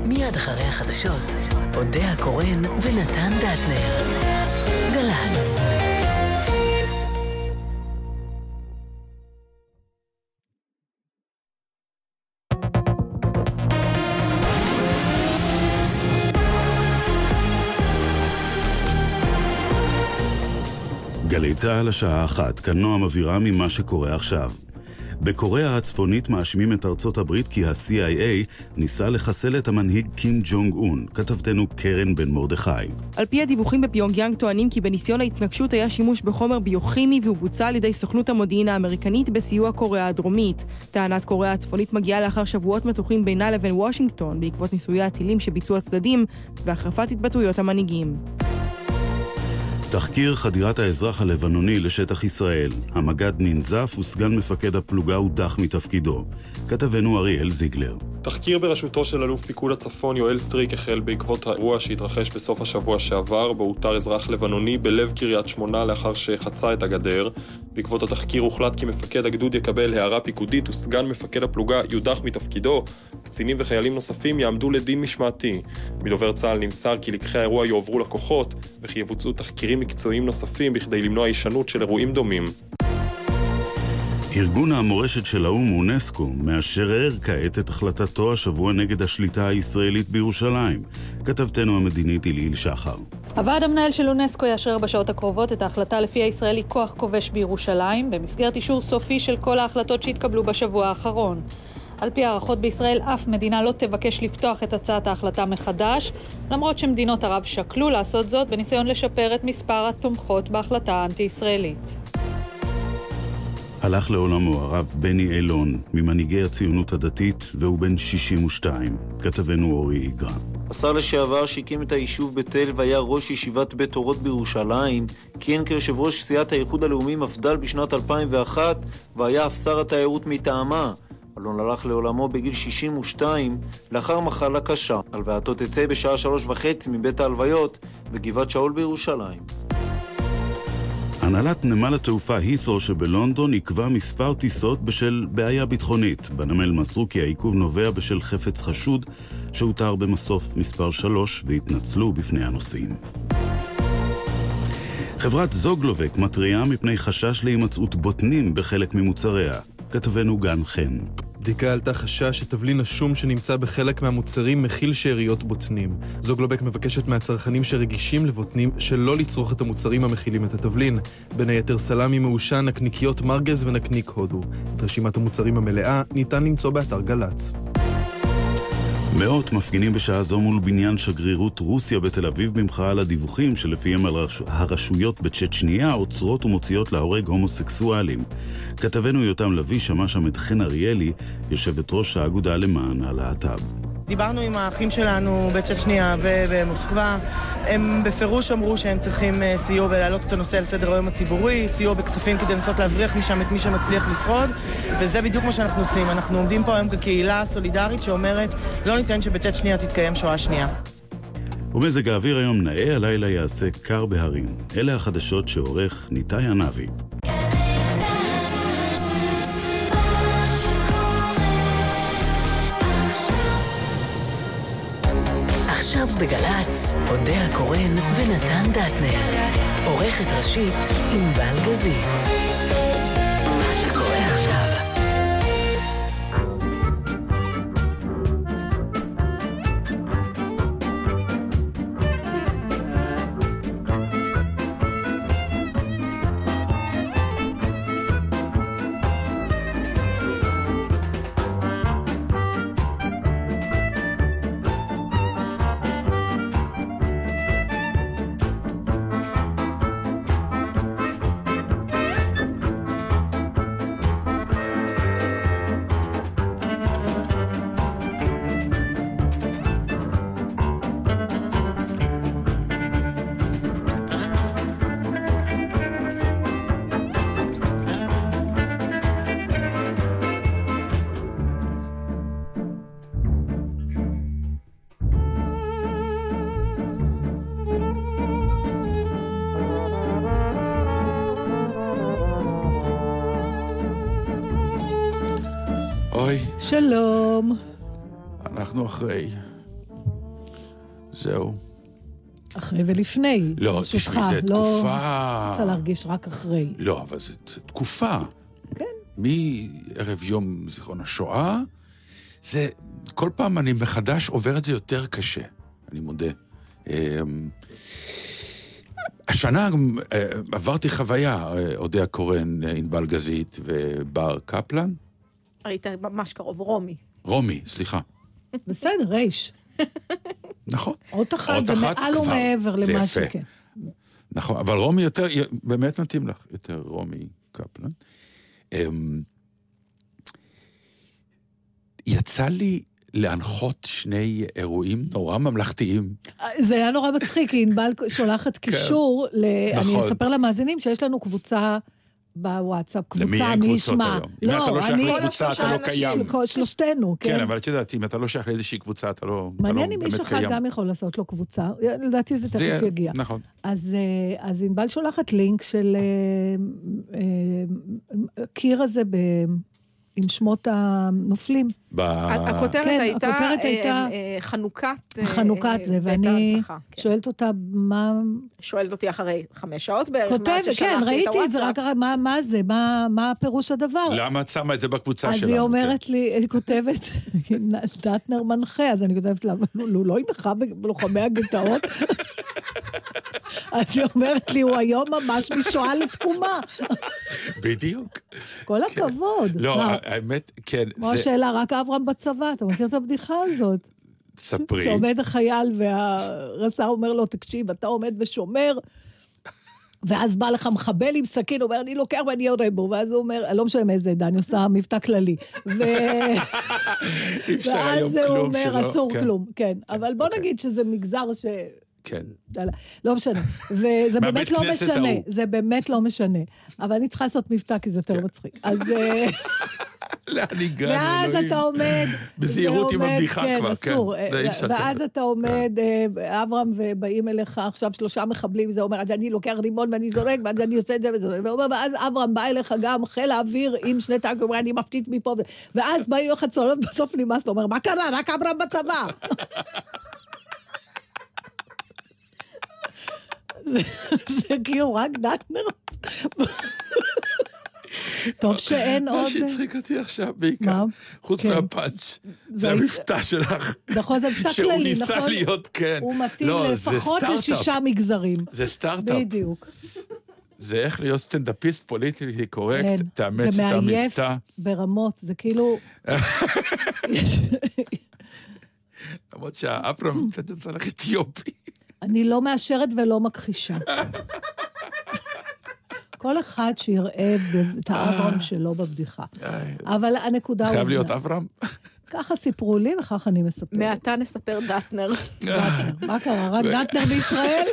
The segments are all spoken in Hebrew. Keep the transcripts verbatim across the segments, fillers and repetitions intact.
מיד אחרי החדשות, אודיה הקורן ונתן דטנר. גל"צ. גלי צהל השעה אחת, כאן נועם אבירם ממה שקורה עכשיו. בקוריאה הצפונית מאשימים את ארצות הברית כי ה-סי איי איי ניסה לחסל את המנהיג קים ג'ונג און. כתבתנו קרן בן מרדכי. על פי הדיווחים בפיונגיאנג טוענים כי בניסיון ההתנגשות היה שימוש בחומר ביוכימי והוא בוצע על ידי סוכנות המודיעין האמריקנית בסיוע קוריאה הדרומית. טענת קוריאה הצפונית מגיעה לאחר שבועות מתוחים בינה לבין וושינגטון בעקבות ניסויי הטילים שביצעו הצדדים והחרפת התבטאויות המנהיגים. תחקיר חדירת האזרח הלבנוני לשטח ישראל. המג"ד ננזף וסגן מפקד הפלוגה הודח מתפקידו. כתבנו אריאל זיגלר. תחקיר בראשותו של אלוף פיקוד הצפון יואל סטריק החל בעקבות האירוע שהתרחש בסוף השבוע שעבר, בו הותר אזרח לבנוני בלב קריית שמונה לאחר שחצה את הגדר. בעקבות התחקיר הוחלט כי מפקד הגדוד יקבל הערה פיקודית וסגן מפקד הפלוגה יודח מתפקידו. קצינים וחיילים נוספים יעמדו לדין משמעתי. מדובר צה"ל נמסר כי לקחי האירוע יועברו לכוחות וכי יבוצעו תחקירים מקצועיים נוספים בכדי למנוע הישנות של אירועים דומים. ארגון המורשת של האו"ם אונסקו מאשרר כעת את החלטתו השבוע נגד השליטה הישראלית בירושלים. כתבתנו המדינית איליל שחר. הוועד המנהל של אונסקו יאשר בשעות הקרובות את ההחלטה לפי הישראלי כוח כובש בירושלים, במסגרת אישור סופי של כל ההחלטות שהתקבלו בשבוע האחרון. על פי הערכות בישראל, אף מדינה לא תבקש לפתוח את הצעת ההחלטה מחדש, למרות שמדינות ערב שקלו לעשות זאת בניסיון לשפר את מספר התומכות בהחלטה האנטי-ישראלית. הלך לעולמו הרב בני אילון, ממנהיגי הציונות הדתית, והוא בן שישים ושתיים. כתבנו אורי איגרא. השר לשעבר שהקים את היישוב בתל והיה ראש ישיבת בית אורות בירושלים, כיהן כיושב ראש סיעת האיחוד הלאומי מפד"ל בשנת אלפיים ואחת, והיה אף שר התיירות מטעמה. אלון הלך לעולמו בגיל שישים ושתיים, לאחר מחלה קשה. הלווייתו תצא בשעה שלוש וחצי מבית ההלוויות בגבעת שאול בירושלים. הנהלת נמל התעופה הית'רו שבלונדון עיכבה מספר טיסות בשל בעיה ביטחונית. בנמל מסרו כי העיכוב נובע בשל חפץ חשוד שהותר במסוף מספר שלוש והתנצלו בפני הנוסעים. חברת זוגלובק מתריעה מפני חשש להימצאות בוטנים בחלק ממוצריה. כתבנו גן חן. בדיקה עלתה חשש שתבלין השום שנמצא בחלק מהמוצרים מכיל שאריות בוטנים. זוגלובק מבקשת מהצרכנים שרגישים לבוטנים שלא לצרוך את המוצרים המכילים את התבלין. בין היתר סלמי מעושן, נקניקיות מרגז ונקניק הודו. את רשימת המוצרים המלאה ניתן למצוא באתר גל"צ. מאות מפגינים בשעה זו מול בניין שגרירות רוסיה בתל אביב במחאה על הדיווחים שלפיהם על הרשויות בצ'צ'ניה עוצרות ומוציאות להורג הומוסקסואלים. כתבנו יותם לוי שמע שם את חן אריאלי, יושבת ראש האגודה למען הלהט"ב. דיברנו עם האחים שלנו בצ'צ'ניה ובמוסקבה. הם בפירוש אמרו שהם צריכים סיוע בלהעלות את הנושא על סדר היום הציבורי, סיוע בכספים כדי לנסות להבריח משם את מי שמצליח לשרוד, וזה בדיוק מה שאנחנו עושים. אנחנו עומדים פה היום כקהילה סולידרית שאומרת לא ניתן שבצ'צ'ניה תתקיים שואה שנייה. ומזג האוויר היום נאה, הלילה יעשה קר בהרים. אלה החדשות שעורך ניתאי ענבי. עכשיו בגל"צ, אודיה הקורן ונתן דטנר. עורכת ראשית ענבל גזית. מה שקורה עכשיו. אוי. שלום. אנחנו אחרי. זהו. אחרי ולפני. לא, תשמעי, זה תקופה... לא רוצה להרגיש רק אחרי. לא, אבל זה, זה תקופה. כן. מערב יום זיכרון השואה, זה, כל פעם אני מחדש עובר את זה יותר קשה, אני מודה. השנה עברתי חוויה, אודיה קורן, ענבל גזית ובר קפלן. היית ממש קרוב, רומי. רומי, סליחה. בסדר, רייש. נכון. עוד אחת, זה מעל ומעבר למה שכן. נכון, אבל רומי יותר, באמת מתאים לך, יותר רומי קפלן. יצא לי להנחות שני אירועים נורא ממלכתיים. זה היה נורא מצחיק, כי ענבל שולחת קישור, אני אספר למאזינים שיש לנו קבוצה בוואטסאפ, קבוצה מי ישמע. אם אתה לא שייך לקבוצה, אתה לא קיים. שלושתנו, כן. כן, אבל את יודעת, אם אתה לא שייך לאיזושהי קבוצה, אתה לא באמת קיים. מעניין אם איש אחד גם יכול לעשות לו קבוצה. לדעתי זה תכף יגיע. נכון. אז ענבל שולחת לינק של קיר הזה עם שמות הנופלים. הכותרת הייתה חנוכת חנוכת זה, ואני שואלת אותה מה... שואלת אותי אחרי חמש שעות בערך, כותבת, כן, ראיתי את זה, רק מה זה, מה הפירוש הדבר. למה את שמה את זה בקבוצה שלנו? אז היא אומרת לי, היא כותבת, דטנר מנחה, אז אני כותבת לה, הוא לא ינחה בלוחמי הגטאות? אז היא אומרת לי, הוא היום ממש משואה לתקומה. בדיוק. כל הכבוד. לא, האמת, כן. כמו השאלה, רק אברהם בצבא, אתה מכיר את הבדיחה הזאת? ספרי. שעומד החייל והרס"ר אומר לו, תקשיב, אתה עומד ושומר, ואז בא לך מחבל עם סכין, הוא אומר, אני לוקח ואני יורה בו, ואז הוא אומר, לא משנה מאיזה עדה, אני עושה מבטא כללי. ואז הוא אומר, אסור כלום, כן. אבל בוא נגיד שזה מגזר ש... כן. לא משנה. וזה באמת לא משנה. זה באמת לא משנה. אבל אני צריכה לעשות מבטא, כי זה יותר מצחיק. אז... לאן הגענו, ואז אתה עומד... בזהירות עם הבדיחה כבר, כן. ואז אתה עומד, אברהם, ובאים אליך עכשיו שלושה מחבלים, זה אומר, אני לוקח רימון ואני זורק, ואני עושה את זה וזה, ואז אברהם בא אליך גם חיל האוויר עם שני טנקים, אומר, אני מפתית מפה, ואז באים לך צולות, בסוף נמאס, אומר, מה קרה? רק אברהם בצבא. זה כאילו רק דטנר. טוב שאין עוד... מה שהצחיק אותי עכשיו בעיקר, חוץ מהפאנץ', זה המבטא שלך. נכון, זה מבטא כללי, נכון? שהוא ניסה להיות, כן. הוא מתאים לפחות לשישה מגזרים. זה סטארט-אפ. בדיוק. זה איך להיות סטנדאפיסט פוליטי קורקט, תאמץ את המבטא. זה מעייף ברמות, זה כאילו... למרות שהאברהם קצת יצא לך אתיופי. אני לא מאשרת ולא מכחישה. כל אחד שיראה את האברהם שלו בבדיחה. אבל הנקודה... חייב להיות אברהם? ככה סיפרו לי, וכך אני מספר. מעתה נספר דטנר. מה קרה? רק דטנר בישראל?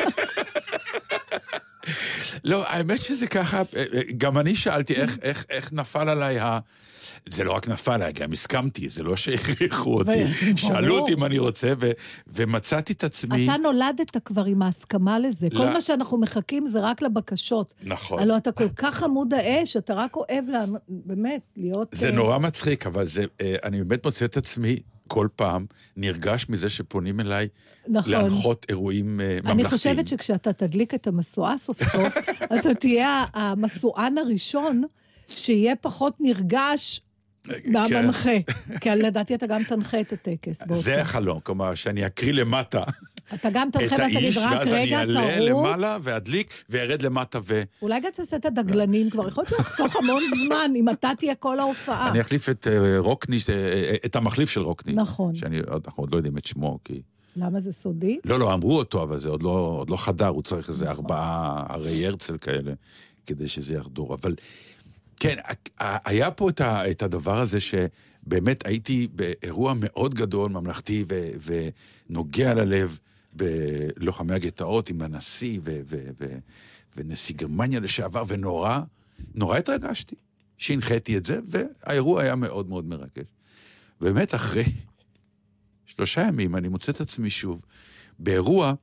לא, האמת שזה ככה, גם אני שאלתי איך נפל עליי ה... זה לא רק נפל עליי, גם הסכמתי, זה לא שהכריחו אותי. שאלו אותי אם אני רוצה, ומצאתי את עצמי... אתה נולדת כבר עם ההסכמה לזה. כל מה שאנחנו מחכים זה רק לבקשות. נכון. הלוא אתה כל כך עמוד האש, אתה רק אוהב באמת להיות... זה נורא מצחיק, אבל אני באמת מוצא את עצמי כל פעם נרגש מזה שפונים אליי להנחות אירועים ממלכתיים. אני חושבת שכשאתה תדליק את המסועה סוף סוף, אתה תהיה המסוען הראשון שיהיה פחות נרגש מהמנחה. כי לדעתי אתה גם תנחה את הטקס. זה החלום, כלומר שאני אקריא למטה אתה גם תנחה ואז תגיד רק רגע, תרוץ. ואז אני אעלה למעלה ואדליק וירד למטה ו... אולי גם תעשה את הדגלנים כבר. יכול להיות שיחסוך המון זמן אם אתה תהיה כל ההופעה. אני אחליף את רוקני, את המחליף של רוקני. נכון. שאנחנו עוד לא יודעים את שמו, כי... למה זה סודי? לא, לא, אמרו אותו, אבל זה עוד לא חדר. הוא צריך איזה ארבעה הרי הרצל כאלה, כדי שזה יחדור. אבל... כן, היה פה את הדבר הזה שבאמת הייתי באירוע מאוד גדול, ממלכתי ונוגע ללב בלוחמי הגטאות עם הנשיא ונשיא גרמניה לשעבר, ונורא, נורא התרגשתי שהנחיתי את זה, והאירוע היה מאוד מאוד מרגש. באמת אחרי שלושה ימים אני מוצא את עצמי שוב באירוע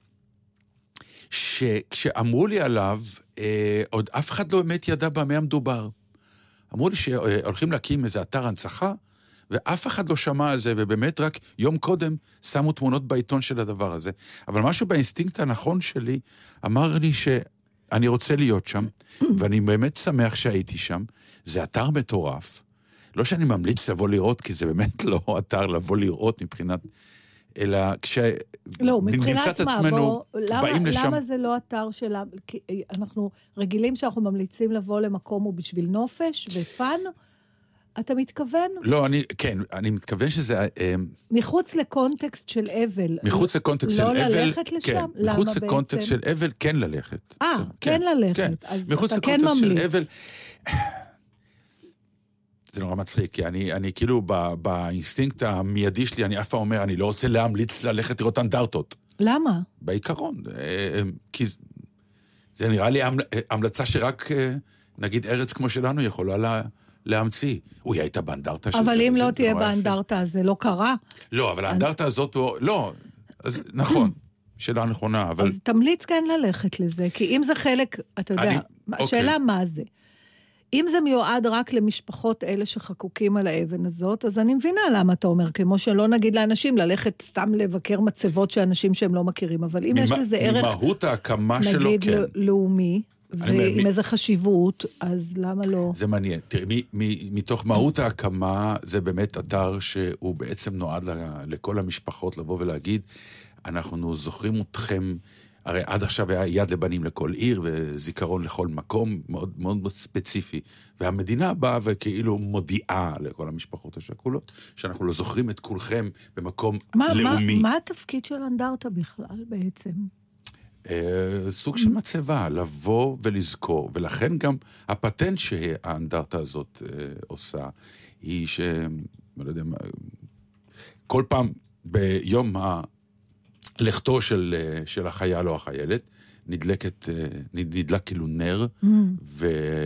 שכשאמרו לי עליו, עוד אף אחד לא באמת ידע במה המדובר. אמרו לי שהולכים להקים איזה אתר הנצחה, ואף אחד לא שמע על זה, ובאמת רק יום קודם שמו תמונות בעיתון של הדבר הזה. אבל משהו באינסטינקט הנכון שלי אמר לי שאני רוצה להיות שם, ואני באמת שמח שהייתי שם. זה אתר מטורף. לא שאני ממליץ לבוא לראות, כי זה באמת לא אתר לבוא לראות מבחינת... אלא כשנמצאת לא, עצמנו, למה, באים לשם... למה זה לא אתר שלה? כי אנחנו רגילים שאנחנו ממליצים לבוא למקום ובשביל נופש ופן? אתה מתכוון? לא, אני, כן, אני מתכוון שזה... מחוץ לקונטקסט של אבל. מחוץ לקונטקסט של אבל... לא ללכת לשם? כן, למה מחוץ בעצם? לקונטקסט של אבל, כן ללכת. אה, כן, כן ללכת. כן. אז מחוץ אתה כן לקונטקסט ממליץ. של אבל... זה נורא מצחיק, כי אני, אני כאילו בא, באינסטינקט המיידי שלי, אני אף פעם אומר, אני לא רוצה להמליץ ללכת לראות אנדרטות. למה? בעיקרון, כי זה נראה לי המלצה שרק, נגיד, ארץ כמו שלנו יכולה לה, להמציא. אוי, היית באנדרטה של זה. אבל אם לא תהיה באנדרטה, זה לא קרה? לא, אבל האנדרטה הזאת, לא, אז נכון, שאלה נכונה, אבל... אז תמליץ כן ללכת לזה, כי אם זה חלק, אתה יודע, השאלה מה זה. אם זה מיועד רק למשפחות אלה שחקוקים על האבן הזאת, אז אני מבינה למה אתה אומר, כמו שלא נגיד לאנשים ללכת סתם לבקר מצבות של אנשים שהם לא מכירים, אבל אם יש לזה ערך, ממהות ההקמה שלו, נגיד כן. לאומי, ועם איזה חשיבות, אז למה לא? זה מעניין. תראי, מתוך מהות ההקמה, זה באמת אתר שהוא בעצם נועד לכל המשפחות לבוא ולהגיד, אנחנו זוכרים אתכם, הרי עד עכשיו היה יד לבנים לכל עיר, וזיכרון לכל מקום, מאוד מאוד ספציפי. והמדינה באה וכאילו מודיעה לכל המשפחות השכולות, שאנחנו לא זוכרים את כולכם במקום מה, לאומי. מה, מה התפקיד של אנדרטה בכלל בעצם? סוג של מצבה, לבוא ולזכור, ולכן גם הפטנט שהאנדרטה הזאת עושה, היא ש... לא יודע מה, כל פעם ביום ה... לכתו של, של החייל או החיילת, נדלקת, נדלק כאילו נר, mm. ו,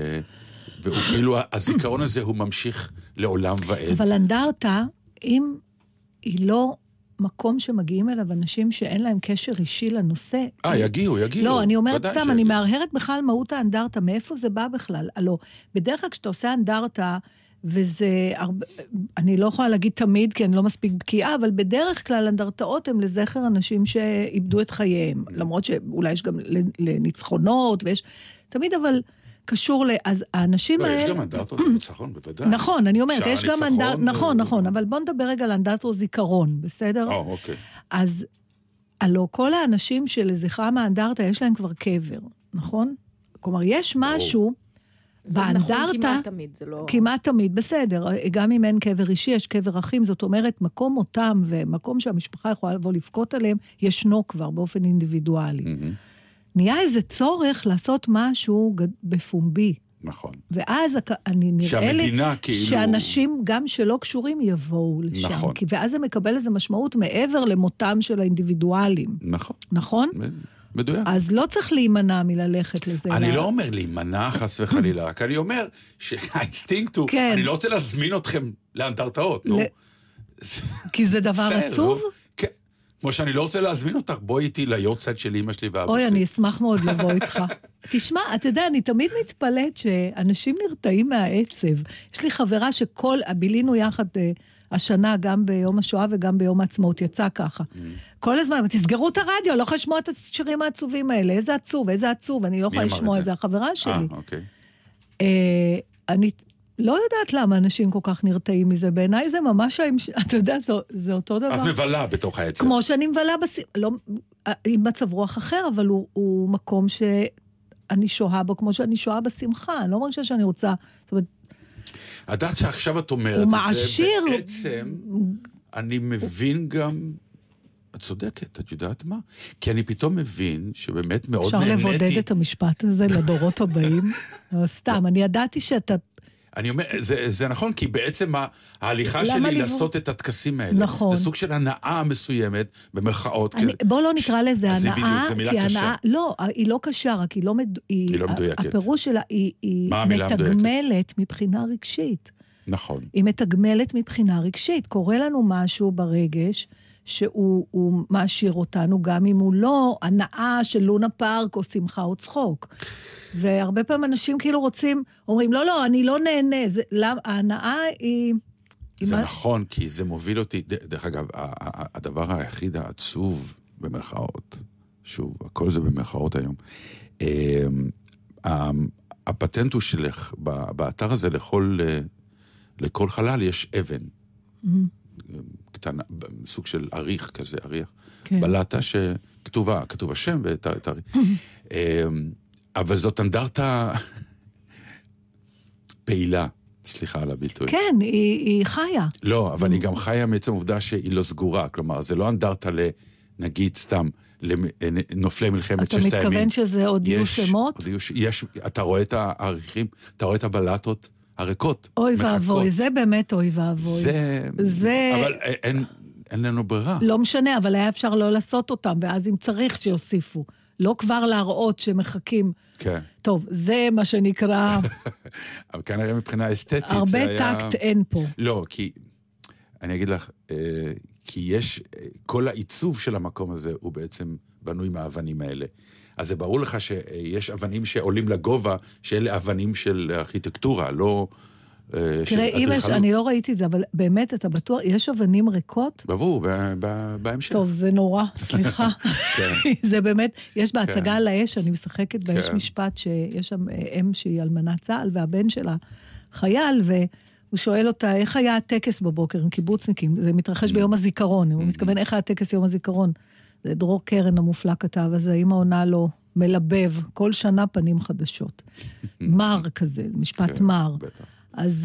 והוא כאילו, הזיכרון הזה הוא ממשיך לעולם ועד. אבל אנדרטה, אם היא לא מקום שמגיעים אליו אנשים שאין להם קשר אישי לנושא... אה, יגיעו, יגיעו. לא, אני אומרת סתם, אני מהרהרת בכלל מהות האנדרטה, מאיפה זה בא בכלל? הלא, בדרך כלל כשאתה עושה אנדרטה, וזה, אני לא יכולה להגיד תמיד, כי אני לא מספיק בקיאה, אבל בדרך כלל אנדרטאות הם לזכר אנשים שאיבדו את חייהם, למרות שאולי יש גם לניצחונות, ויש, תמיד אבל קשור ל... אז האנשים האלה... לא, יש גם אנדרטות לניצחון, בוודאי. נכון, אני אומרת, יש גם אנדרטות, נכון, נכון, אבל בוא נדבר רגע על אנדרטות זיכרון, בסדר? אה, אוקיי. אז, הלוא, כל האנשים שלזכרם האנדרטה, יש להם כבר קבר, נכון? כלומר, יש משהו... זה נכון כמעט תמיד, זה לא... כמעט תמיד, בסדר. גם אם אין קבר אישי, יש קבר אחים, זאת אומרת, מקום אותם ומקום שהמשפחה יכולה לבוא לפקוט עליהם, ישנו כבר באופן אינדיבידואלי. נהיה איזה צורך לעשות משהו בפומבי. נכון. ואז אני נראה לי כאילו... שאנשים גם שלא קשורים יבואו לשם. נכון. כי ואז זה מקבל איזו משמעות מעבר למותם של האינדיבידואלים. נכון. נכון? מדויק. אז לא צריך להימנע מללכת לזה. אני לא אומר להימנע חס וחלילה, רק אני אומר שהאינסטינקט הוא, אני לא רוצה להזמין אתכם לאנדרטאות, נו. כי זה דבר עצוב? כן. כמו שאני לא רוצה להזמין אותך, בואי איתי ליורצייט של אמא שלי ואבא שלי. אוי, אני אשמח מאוד לבוא איתך. תשמע, אתה יודע, אני תמיד מתפלאת שאנשים נרתעים מהעצב. יש לי חברה שכל, בילינו יחד... השנה, גם ביום השואה וגם ביום העצמאות, יצא ככה. Mm. כל הזמן, תסגרו את הרדיו, לא יכולה לשמוע את השירים העצובים האלה, איזה עצוב, איזה עצוב, אני לא יכולה לשמוע את זה, החברה שלי. אה, אוקיי. אה, אני לא יודעת למה אנשים כל כך נרתעים מזה, בעיניי זה ממש, אתה יודע, זה, זה אותו דבר. את מבלה בתוך העצב. כמו שאני מבלה, בס... לא, עם מצב רוח אחר, אבל הוא, הוא מקום שאני שוהה בו, כמו שאני שוהה בשמחה, אני לא מרגישה שאני רוצה, זאת אומרת, הדעת שעכשיו את אומרת את זה, בעצם אני מבין גם, את צודקת, את יודעת מה? כי אני פתאום מבין שבאמת מאוד נהניתי. אפשר לבודד את המשפט הזה לדורות הבאים? סתם, אני ידעתי שאתה... אני אומר, זה, זה נכון, כי בעצם ההליכה שלי לבוא... לעשות את התקסים האלה, נכון. זה סוג של הנאה מסוימת, במרכאות. אני, בוא לא נקרא לזה הנאה, בדיוק, זה מילה קשה. הנאה, לא, היא לא קשה, רק היא לא, מד... היא, היא לא מדויקת. הפירוש שלה, היא, היא מתגמלת מבחינה רגשית. נכון. היא מתגמלת מבחינה רגשית. קורה לנו משהו ברגש, שהוא מעשיר אותנו, גם אם הוא לא הנאה של לונה פארק או שמחה או צחוק. והרבה פעמים אנשים כאילו רוצים, אומרים, לא, לא, אני לא נהנה. זה, לא, ההנאה היא, זה נכון, כי זה מוביל אותי, דרך אגב, הדבר היחיד העצוב במרכאות, שוב, הכל זה במרכאות היום, הפטנט הוא שלך, באתר הזה לכל, לכל חלל יש אבן, קטנה, סוג של אריך כזה, אריך, בלטה שכתובה, כתוב השם ותאריך. אבל זאת אנדרטה פעילה, סליחה על הביטוי. כן, היא, היא חיה. לא, אבל היא גם חיה מעצם עובדה שהיא לא סגורה, כלומר, זה לא אנדרטה לנגיד סתם, לנופלי מלחמת ששת הימים. אתה מתכוון שזה עוד יהיו שמות? יש, אתה רואה את העריכים, אתה רואה את הבלטות הריקות. אוי ואבוי, זה באמת אוי ואבוי. זה, זה... אבל אין, אין לנו ברירה. לא משנה, אבל היה אפשר לא לעשות אותם, ואז אם צריך שיוסיפו. לא כבר להראות שמחכים. כן. טוב, זה מה שנקרא... אבל כנראה מבחינה אסתטית הרבה זה היה... הרבה טקט אין פה. לא, כי... אני אגיד לך, כי יש... כל העיצוב של המקום הזה הוא בעצם בנוי מהאבנים האלה. אז זה ברור לך שיש אבנים שעולים לגובה, שאלה אבנים של ארכיטקטורה, לא... תראה, אם יש, אני לא ראיתי את זה, אבל באמת, אתה בטוח, יש אבנים ריקות? ברור, בהמשך. טוב, זה נורא, סליחה. זה באמת, יש בהצגה על האש, אני משחקת באש משפט, שיש שם אם שהיא אלמנת צה"ל, והבן שלה חייל, והוא שואל אותה, איך היה הטקס בבוקר עם קיבוצניקים? זה מתרחש ביום הזיכרון, הוא מתכוון, איך היה הטקס יום הזיכרון? זה דרור קרן המופלא כתב, אז האמא עונה לו, מלבב, כל שנה פנים חדשות. מר כזה, משפט מר. אז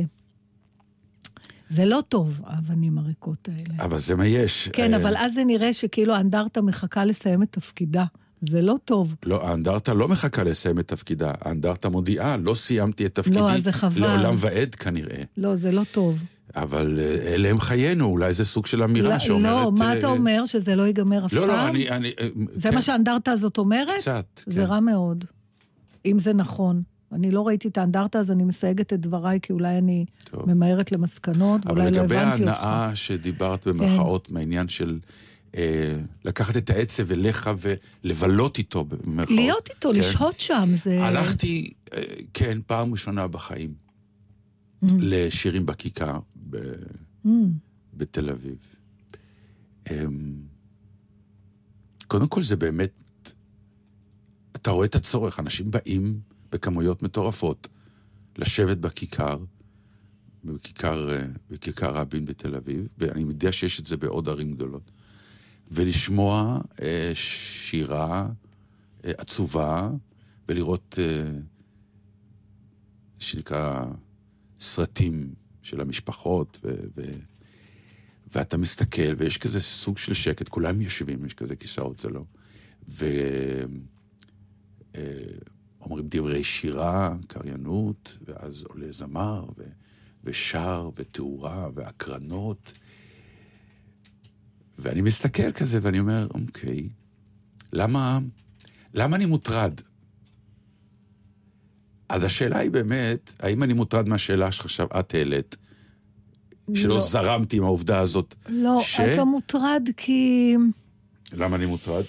זה לא טוב, האבנים הריקות האלה. אבל זה מה יש. כן, אבל אז זה נראה שכאילו האנדרטה מחכה לסיים את תפקידה. זה לא טוב. לא, האנדרטה לא מחכה לסיים את תפקידה. האנדרטה מודיעה, לא סיימתי את תפקידי. לא, אז זה חבל. לעולם ועד כנראה. לא, זה לא טוב. אבל אלה הם חיינו, אולי זה סוג של אמירה שאומרת... לא, מה אתה אומר? שזה לא ייגמר אף פעם? לא, לא, אני... זה מה שהאנדרטה הזאת אומרת? קצת, כן. זה רע מאוד. אם זה נכון. אני לא ראיתי את האנדרטה, אז אני מסייגת את דבריי, כי אולי אני טוב. ממהרת למסקנות, ואולי לא הבנתי אותך. אבל לגבי ההנאה שדיברת במרכאות, כן. מהעניין של אה, לקחת את העצב אליך ולבלות איתו במרכאות. להיות איתו, כן. לשהות שם. זה... הלכתי, אה, כן, פעם ראשונה בחיים, mm. לשירים בכיכר ב... mm. בתל אביב. אה, קודם כל זה באמת, אתה רואה את הצורך, אנשים באים, בכמויות מטורפות, לשבת בכיכר, בכיכר, בכיכר רבין בתל אביב, ואני יודע שיש את זה בעוד ערים גדולות, ולשמוע אה, שירה אה, עצובה, ולראות אה, שנקרא סרטים של המשפחות, ו, ו, ואתה מסתכל, ויש כזה סוג של שקט, כולם יושבים, יש כזה כיסאות, זה לא, ו... אה, אומרים דברי שירה, קריינות, ואז עולה זמר, ו- ושר, ותאורה, והקרנות. ואני מסתכל כזה, ואני אומר, אוקיי, למה, למה אני מוטרד? אז השאלה היא באמת, האם אני מוטרד מהשאלה שחשב את העלית, שלא לא. זרמתי עם העובדה הזאת? לא, ש... אתה מוטרד כי... למה אני מוטרד?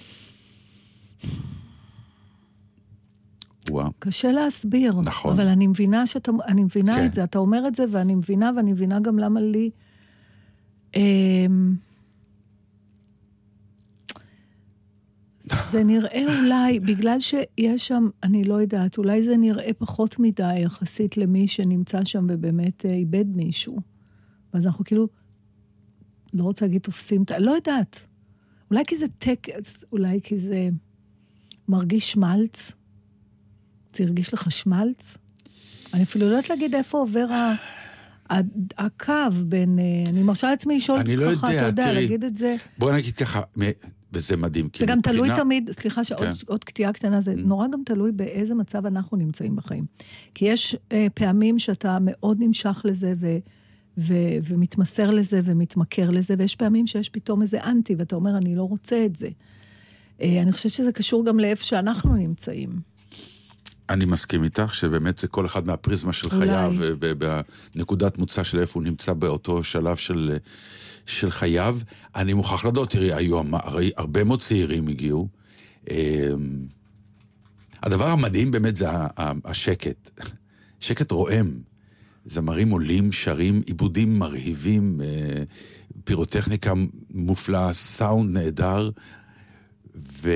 קשה להסביר. נכון. אבל אני מבינה שאתה, אני מבינה כן. את זה, אתה אומר את זה, ואני מבינה, ואני מבינה גם למה לי... זה נראה אולי, בגלל שיש שם, אני לא יודעת, אולי זה נראה פחות מדי יחסית למי שנמצא שם ובאמת איבד מישהו. ואז אנחנו כאילו, לא רוצה להגיד תופסים, לא יודעת. אולי כי זה טקס, אולי כי זה מרגיש שמלץ, זה הרגיש לך שמלץ? אני אפילו לא יודעת להגיד איפה עובר הקו בין... אני מרשה לעצמי לשאול ככה, אני לא יודע, תראי, להגיד את זה. בוא נגיד ככה, וזה מדהים. זה גם תלוי תמיד, סליחה שעוד קטיעה קטנה, זה נורא גם תלוי באיזה מצב אנחנו נמצאים בחיים. כי יש פעמים שאתה מאוד נמשך לזה ומתמסר לזה ומתמכר לזה, ויש פעמים שיש פתאום איזה אנטי, ואתה אומר, אני לא רוצה את זה. אני חושבת שזה קשור גם לאיפה שאנחנו נמצאים. אני מסכים איתך, שבאמת זה כל אחד מהפריזמה של חייו, ובנקודת מוצא של איפה הוא נמצא באותו שלב של, של חייו. אני מוכרח לדעות, תראי, היו הרבה מאוד צעירים הגיעו. הדבר המדהים באמת זה השקט. שקט רועם. זמרים עולים, שרים, עיבודים מרהיבים, פירוטכניקה מופלאה, סאונד נהדר, ו...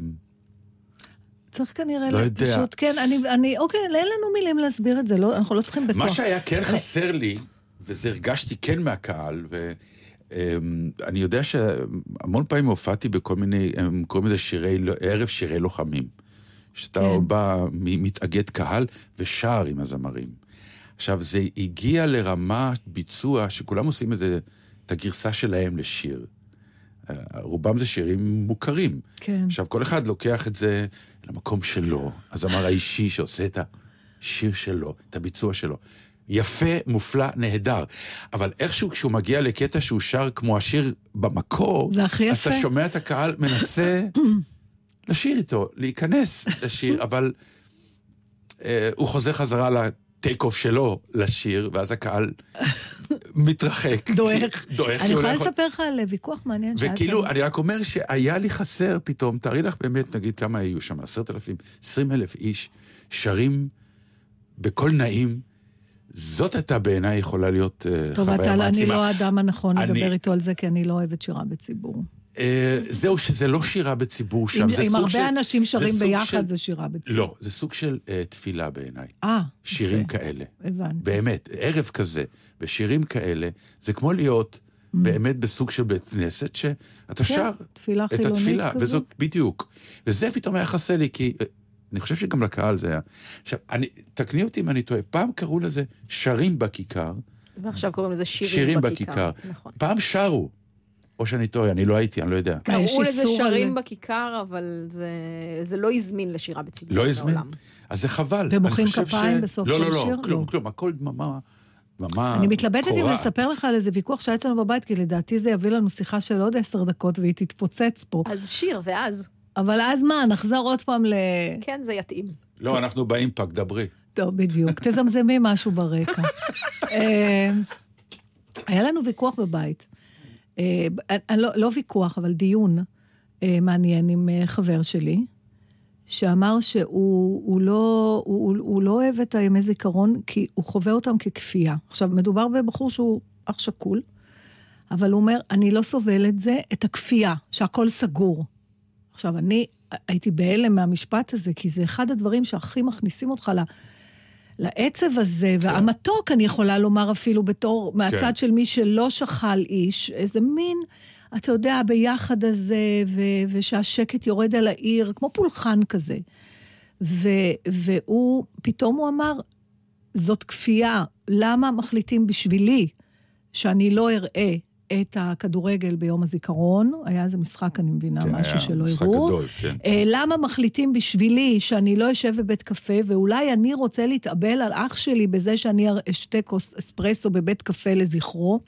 צריך כנראה לא יודע. פשוט, כן, אני, אני, אוקיי, אין לנו מילים להסביר את זה, לא, אנחנו לא צריכים בכוח. מה שהיה כן חסר לי, וזה הרגשתי כן מהקהל, ואני יודע שהמון פעמים הופעתי בכל מיני, כל מיני שירי, ערב שירי לוחמים, שאתה כן. בא, מתאגד קהל ושר עם הזמרים. עכשיו, זה הגיע לרמה ביצוע, שכולם עושים את זה, את הגרסה שלהם לשיר. רובם זה שירים מוכרים. כן. עכשיו, כל אחד לוקח את זה למקום שלו, הזמר האישי שעושה את השיר שלו, את הביצוע שלו. יפה, מופלא, נהדר. אבל איכשהו כשהוא מגיע לקטע שהוא שר כמו השיר במקור, זה הכי יפה. אז אתה שומע את הקהל מנסה לשיר איתו, להיכנס לשיר, אבל אה, הוא חוזר חזרה לטייק אוף שלו לשיר, ואז הקהל מתרחק. דואך. דואך. אני יכולה לספר לך על ויכוח מעניין. וכאילו, אני רק אומר שהיה לי חסר פתאום, תראי לך באמת, נגיד כמה היו שם, עשרת אלפים, עשרים אלף איש, שרים בכל נעים, זאת הייתה בעיניי יכולה להיות טוב, חוויה מעצימה. אני לא האדם הנכון לדבר איתו על זה, כי אני לא אוהבת שירה בציבור. זהו, שזה לא שירה בציבור שם. עם הרבה אנשים שרים ביחד זה שירה בציבור. לא, זה סוג של תפילה בעיניי. אה, שירים כאלה. הבנתי. באמת, ערב כזה, ושירים כאלה, זה כמו להיות באמת בסוג של בית כנסת, שאתה שר את התפילה, וזאת בדיוק. וזה פתאום היה חסר לי, כי אני חושב שגם לקהל זה היה. עכשיו, תקני אותי אם אני טועה, פעם קראו לזה שרים בכיכר, ועכשיו קוראים לזה שירים, שירים בכיכר. נכון. פעם שרו, או שאני טועה, אני לא הייתי, אני לא יודע. קראו לזה שרים בכיכר, אבל זה, זה לא הזמין לשירה בציבור. לא הזמין? אז זה חבל. ומוחאים כפיים בסוף לא, לא, השיר? לא, כלום, כלום, הכל דממה, דממה אני מתלבטת אם לספר לך על איזה ויכוח שהיה אצלנו בבית, כי לדעתי זה יביא לנו שיחה של עוד עשר דקות, והיא תתפוצץ פה. אז שיר, ואז... אבל אז מה, נחזור עוד פעם ל... כן, זה יתאים. לא, אנחנו באימפקט, דברי. טוב, בדיוק. תזמזמי משהו ברקע. היה לנו ויכוח בבית. לא ויכוח, אבל דיון מעניין עם חבר שלי, שאמר שהוא לא אוהב את הימי זיכרון, כי הוא חווה אותם ככפייה. עכשיו, מדובר בבחור שהוא אח שקול, אבל הוא אומר, אני לא סובל את זה, את הכפייה, שהכל סגור. עכשיו, אני הייתי בהלם מהמשפט הזה, כי זה אחד הדברים שהכי מכניסים אותך ל... לעצב הזה, כן. והמתוק, אני יכולה לומר אפילו בתור, מהצד כן. של מי שלא שחל איש, איזה מין, אתה יודע, ביחד הזה, ו- ושהשקט יורד על העיר, כמו פולחן כזה. ו- והוא, פתאום הוא אמר, זאת כפייה, למה מחליטים בשבילי, שאני לא אראה את הכדורגל ביום הזיכרון, היה איזה משחק, אני מבינה, כן, משהו שלא הראו. גדול, כן. למה מחליטים בשבילי שאני לא אשב בבית קפה, ואולי אני רוצה להתאבל על אח שלי בזה שאני אשתה כוס אספרסו בבית קפה לזכרו,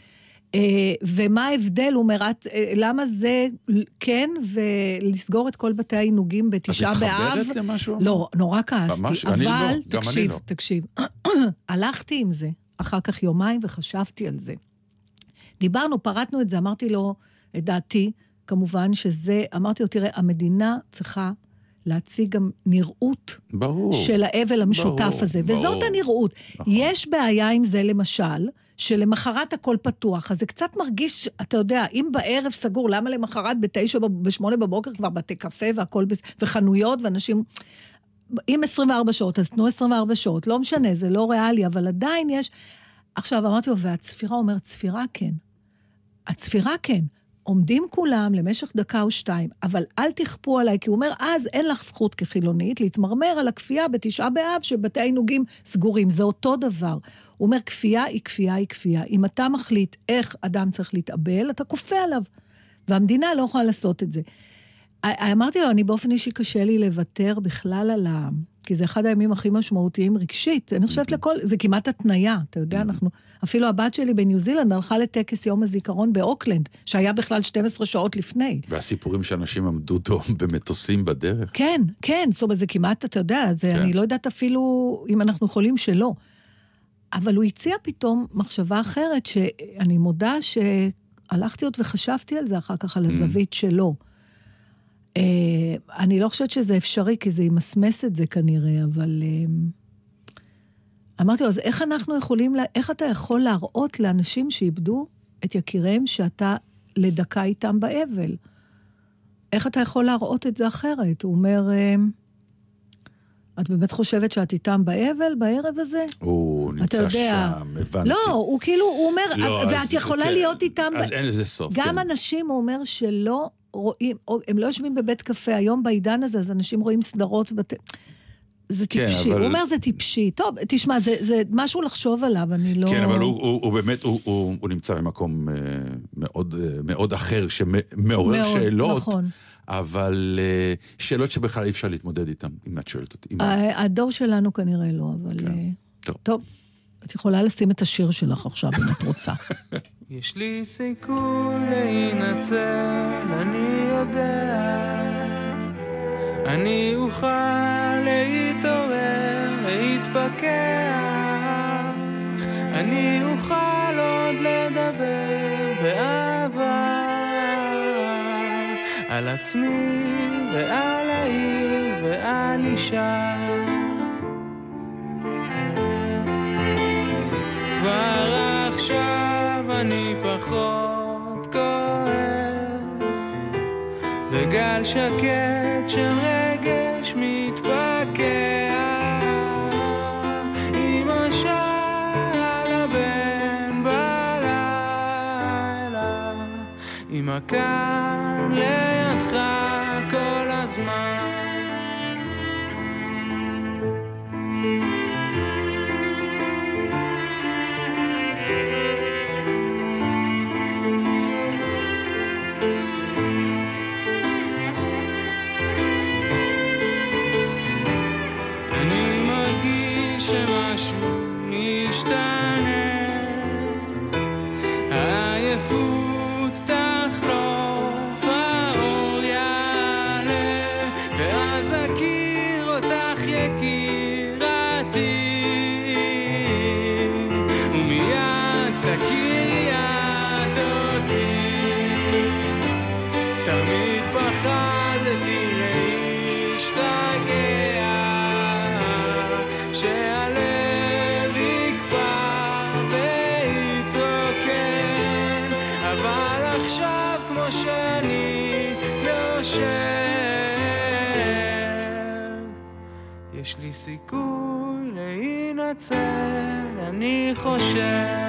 ומה ההבדל, הוא אומר, למה זה כן, ולסגור את כל בתי העינוגים בתשעה באב? את מתחברת למשהו? לא, נורא כעסתי. ממש, אבל, אני לא, גם תקשיב, אני לא. תקשיב, הלכתי עם זה, אחר כך יומיים וחשבתי על זה. דיברנו, פרטנו את זה, אמרתי לו, את דעתי, כמובן שזה, אמרתי לו, תראה, המדינה צריכה להציג גם נראות ברור, של האבל המשותף ברור, הזה, ברור. וזאת הנראות. נכון. יש בעיה עם זה, למשל, שלמחרת הכל פתוח, אז זה קצת מרגיש, אתה יודע, אם בערב סגור, למה למחרת בתשע, בשמונה בבוקר כבר בתי קפה והכל, וחנויות ואנשים... אם עשרים וארבע שעות, אז תנו עשרים וארבע שעות, לא משנה, זה לא ריאלי, אבל עדיין יש... עכשיו, אמרתי לו, והצפירה אומרת, צפירה כן. הצפירה כן. עומדים כולם למשך דקה או שתיים, אבל אל תכפו עליי, כי הוא אומר, אז אין לך זכות כחילונית להתמרמר על הכפייה בתשעה באב שבתי עינוגים סגורים. זה אותו דבר. הוא אומר, כפייה היא כפייה היא כפייה. אם אתה מחליט איך אדם צריך להתאבל, אתה כופה עליו. והמדינה לא יכולה לעשות את זה. אמרתי לו, אני באופן אישי קשה לי לוותר בכלל על ה... כי זה אחד הימים הכי משמעותיים רגשית. אני חושבת לכל... זה כמעט התניה, אתה יודע, אנחנו... אפילו הבת שלי בניו זילנד הלכה לטקס יום הזיכרון באוקלנד, שהיה בכלל שתים עשרה שעות לפני. והסיפורים שאנשים עמדו דום במטוסים בדרך. כן, כן, זאת אומרת, זה כמעט, אתה יודע, זה, כן. אני לא יודעת אפילו אם אנחנו יכולים שלא. אבל הוא הציע פתאום מחשבה אחרת, שאני מודה שהלכתי עוד וחשבתי על זה אחר כך, על הזווית שלו. אני לא חושבת שזה אפשרי, כי זה ימסמס את זה כנראה, אבל אמרתי לו, אז איך אנחנו יכולים, איך אתה יכול להראות לאנשים שאיבדו את יקיריהם שאתה לדקה איתם באבל? איך אתה יכול להראות את זה אחרת? הוא אומר, את באמת חושבת שאת איתם באבל, בערב הזה? הוא נמצא שם, הבנתי. לא, הוא כאילו, הוא אומר, לא, ואת אז, יכולה כן, להיות איתם... אז ב... אין לזה סוף. גם כן. אנשים, הוא אומר, שלא רואים, הם לא יושבים בבית קפה, היום בעידן הזה, אז אנשים רואים סדרות בת... זה טיפשי, כן, אבל... הוא אומר זה טיפשי. טוב, תשמע, זה, זה משהו לחשוב עליו, אני לא... כן, אבל הוא, הוא, הוא באמת, הוא, הוא, הוא נמצא במקום uh, מאוד, uh, מאוד אחר, שמעורר מאוד, שאלות, נכון. אבל uh, שאלות שבכלל אי אפשר להתמודד איתן, אם את שואלת אותי. הדור שלנו כנראה לא, אבל... כן. Uh, טוב. טוב, את יכולה לשים את השיר שלך עכשיו, אם את רוצה. יש לי סיכוי להינצל, אני יודע, אני אוכל להתעורר, להתפכח, אני אוכל עוד לדבר באהבה על עצמי ועל העיר ועל אישה. כבר עכשיו אני פחות כועס, וגל שקט של רגש מתפקע, עם השעה לבן בלילה, עם הקן לידך כל הזמן. יש לי סיכוי להינצל, אני חושב.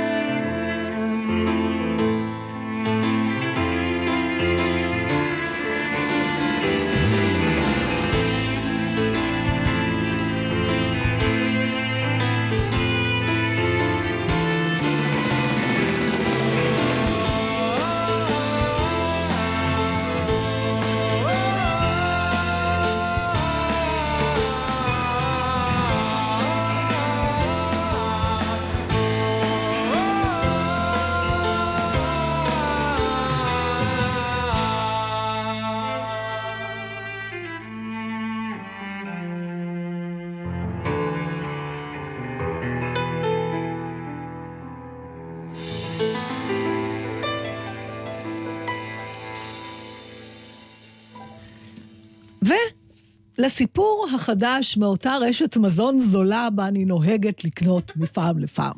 לסיפור החדש מאותה רשת מזון זולה בה אני נוהגת לקנות מפעם לפעם.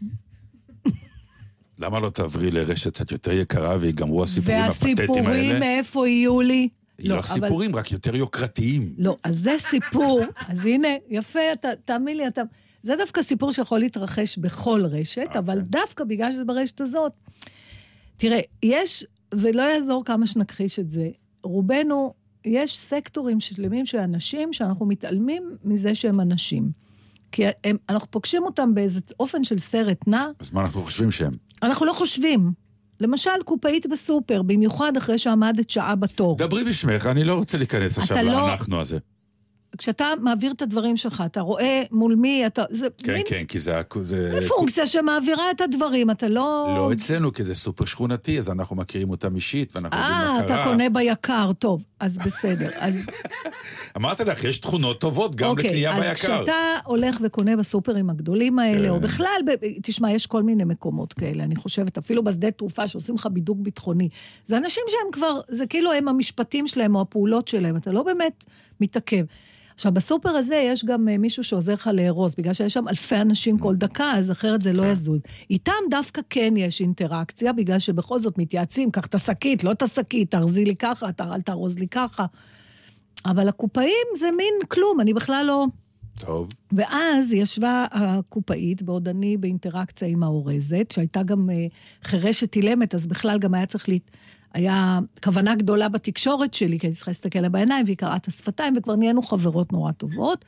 למה לא תעברי לרשת קצת יותר יקרה ויגמרו הסיפורים הפתטיים האלה? והסיפורים מאיפה יהיו לי? לא, סיפורים, רק יותר יוקרתיים. לא, אז זה סיפור, אז הנה, יפה, תאמין לי, אתה... זה דווקא סיפור שיכול להתרחש בכל רשת, אבל דווקא בגלל שזה ברשת הזאת, תראה, יש, ולא יעזור כמה שנכחיש את זה, רובנו, יש סקטורים שלמים של אנשים שאנחנו מתעלמים מזה שהם אנשים. כי הם, אנחנו פוגשים אותם באיזה אופן של סרט נע. אז מה אנחנו חושבים שהם? אנחנו לא חושבים. למשל, קופאית בסופר, במיוחד אחרי שעמדת שעה בתור. דברי בשמך, אני לא רוצה להיכנס עכשיו לא... לאנחנו הזה. כשאתה מעביר את הדברים שלך, אתה רואה מול מי, אתה... זה כן, מין... כן, כי זה... זה... פונקציה שמעבירה את הדברים, אתה לא... לא אצלנו, כי זה סופר שכונתי, אז אנחנו מכירים אותם אישית, ואנחנו יודעים מה קרה. אה, אתה קונה ביקר, טוב, אז בסדר. אז... אמרת לך, יש תכונות טובות גם לקנייה ביקר. אז כשאתה הולך וקונה בסופרים הגדולים האלה, או בכלל, תשמע, יש כל מיני מקומות כאלה, אני חושבת, אפילו בשדה תרופה שעושים לך בידוק ביטחוני. זה אנשים שהם כבר, זה כאילו הם המשפטים שלהם, או הפעולות שלהם, אתה לא באמת מתעכב. עכשיו, בסופר הזה יש גם מישהו שעוזר לך לארוז, בגלל שיש שם אלפי אנשים כל דקה, אז אחרת זה לא יזוז. איתם דווקא כן יש אינטראקציה, בגלל שבכל זאת מתייעצים, קח את השקית, לא את השקית, תרזי לי ככה, אל תארוז לי ככה. אבל הקופאים זה מין כלום, אני בכלל לא... טוב. ואז ישבה הקופאית, בעוד אני באינטראקציה עם האורזת, שהייתה גם חרשת אילמת, אז בכלל גם היה צריך לי... היה כוונה גדולה בתקשורת שלי, כי אני צריכה להסתכל לה בעיניים, והיא קראה את השפתיים, וכבר נהיינו חברות נורא טובות.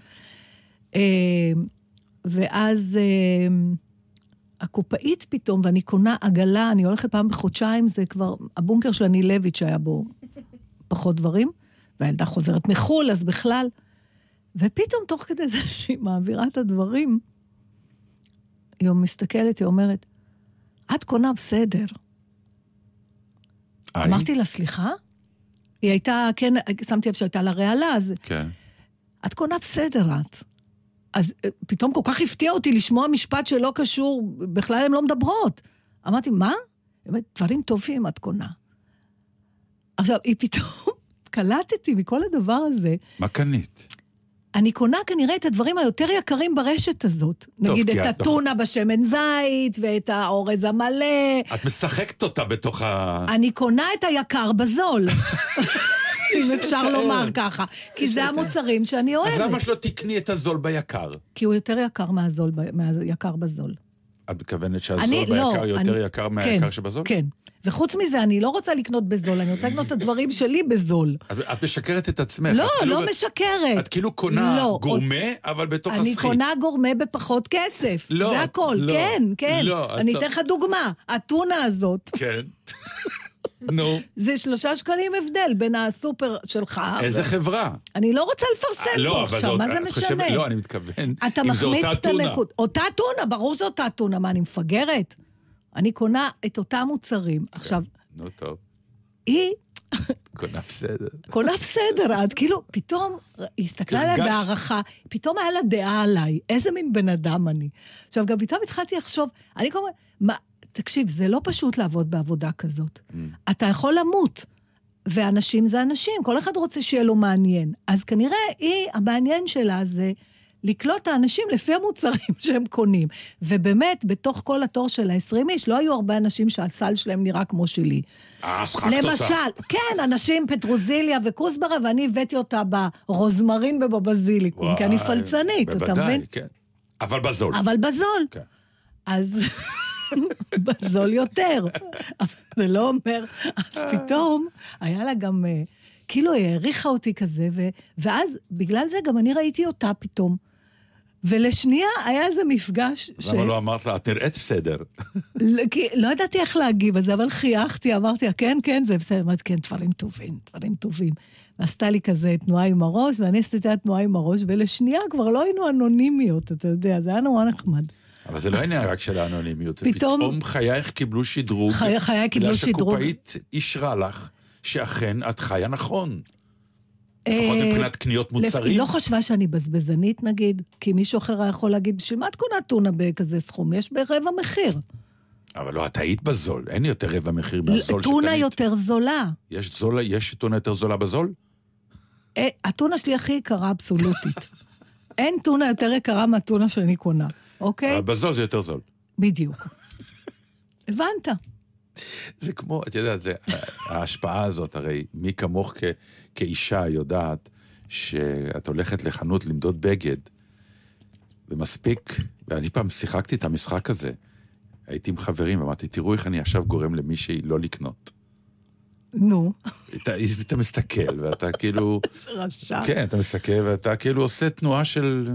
ואז הקופאית פתאום, ואני קונה עגלה, אני הולכת פעם בחודשיים, זה כבר הבונקר של הנילביץ' שהיה בו פחות דברים, והילדה חוזרת מחול, אז בכלל... ופתאום תוך כדי זה שהיא מעבירה את הדברים, היא מסתכלת, היא אומרת, את קונה בסדר. אמרתי לה, סליחה? היא הייתה, כן, שמתי לב שהייתה לה רעלה, אז... כן. את קונה בסדר, את. אז פתאום כל כך הפתיע אותי לשמוע משפט שלא קשור, בכלל הן לא מדברות. אמרתי, מה? באמת, דברים טובים את קונה. עכשיו, היא פתאום קלטתי מכל הדבר הזה. מה קנית? אני קונה כנראה את הדברים היותר יקרים ברשת הזאת. טוב, נגיד את הטונה לא... בשמן זית, ואת האורז המלא. את משחקת אותה בתוך ה... אני קונה את היקר בזול. אם אפשר לומר ככה. כי זה המוצרים שאני אוהבת. אז למה שלא תקני את הזול ביקר? כי הוא יותר יקר מהזול, מהיקר בזול. את מכוונת שהזול ביקר יותר יקר מהיקר שבזול? כן. וחוץ מזה, אני לא רוצה לקנות בזול, אני רוצה לקנות את הדברים שלי בזול. את משקרת את עצמך. לא, לא משקרת. את כאילו קונה גורמה, אבל בתוך הסחית. אני קונה גורמה בפחות כסף. זה הכל, כן, כן. אני אתן לך דוגמה, הטונה הזאת. כן. נו. זה שלושה שקלים הבדל בין הסופר שלך. איזה חברה? אני לא רוצה לפרסם פה עכשיו, מה זה משנה? לא, אני מתכוון. אתה מחמיץ את הנקוד. אותה טונה, ברור זו אותה טונה, מה, אני מפגרת? אני קונה את אותם מוצרים. עכשיו... נו, טוב. היא... קונה בסדר. קונה בסדר, עד כאילו, פתאום, היא הסתכלה עליי בהערכה, פתאום היה לה דעה עליי, איזה מין בן אדם אני. עכשיו, גם פתאום התחלתי לחשוב, אני קורא, מה, תקשיב, זה לא פשוט לעבוד בעבודה כזאת. אתה יכול למות, ואנשים זה אנשים, כל אחד רוצה שיהיה לו מעניין. אז כנראה היא, המעניין שלה זה... לקלוט האנשים לפי המוצרים שהם קונים. ובאמת, בתוך כל התור של ה-עשרים איש, לא היו הרבה אנשים שהסל שלהם נראה כמו שלי. אה, שחקת אותה. למשל, כן, אנשים פטרוזיליה וקוסברה, ואני הבאתי אותה ברוזמרין ובבזיליקום, כי אני פלצנית, אתה מבין? כן. אבל בזול. אבל בזול. כן. אז בזול יותר. אבל זה לא אומר, אז פתאום היה לה גם... כאילו היא העריכה אותי כזה, ו... ואז בגלל זה גם אני ראיתי אותה פתאום. ולשנייה היה איזה מפגש ש... למה לא אמרת לה, את נראית בסדר? כי לא ידעתי איך להגיב, אז אבל חייכתי, אמרתי, כן, כן, זה בסדר. אמרתי, כן, דברים טובים, דברים טובים. ועשתה לי כזה תנועה עם הראש, ואני עשיתי לה תנועה עם הראש, ולשנייה כבר לא היינו אנונימיות, אתה יודע, זה היה נורא נחמד. אבל זה לא עניין רק של האנונימיות, זה פתאום חייך קיבלו שדרוג, חיי קיבלו שדרוג. בגלל שקופאית אישרה לך, שאכן את חיה נכון. לפחות מבחינת קניות מוצרים. היא לא חשבה שאני בזבזנית, נגיד, כי מישהו אחר יכול להגיד, בשביל מה את קונה טונה בכזה סכום? יש ברבע מחיר. אבל לא, את היית בזול. אין יותר רבע מחיר מהזול שקנית. טונה יותר זולה. יש זולה, יש טונה יותר זולה בזול? הטונה שלי הכי יקרה אבסולוטית. אין טונה יותר יקרה מהטונה שאני קונה, אוקיי? אבל בזול זה יותר זול. בדיוק. הבנת. זה כמו, את יודעת, זה, ההשפעה הזאת, הרי מי כמוך כ, כאישה יודעת שאת הולכת לחנות למדוד בגד, ומספיק, ואני פעם שיחקתי את המשחק הזה, הייתי עם חברים, אמרתי, תראו איך אני עכשיו גורם למישהי לא לקנות. נו. אתה, אתה מסתכל, ואתה כאילו... רשע. כן, אתה מסתכל, ואתה כאילו עושה תנועה של...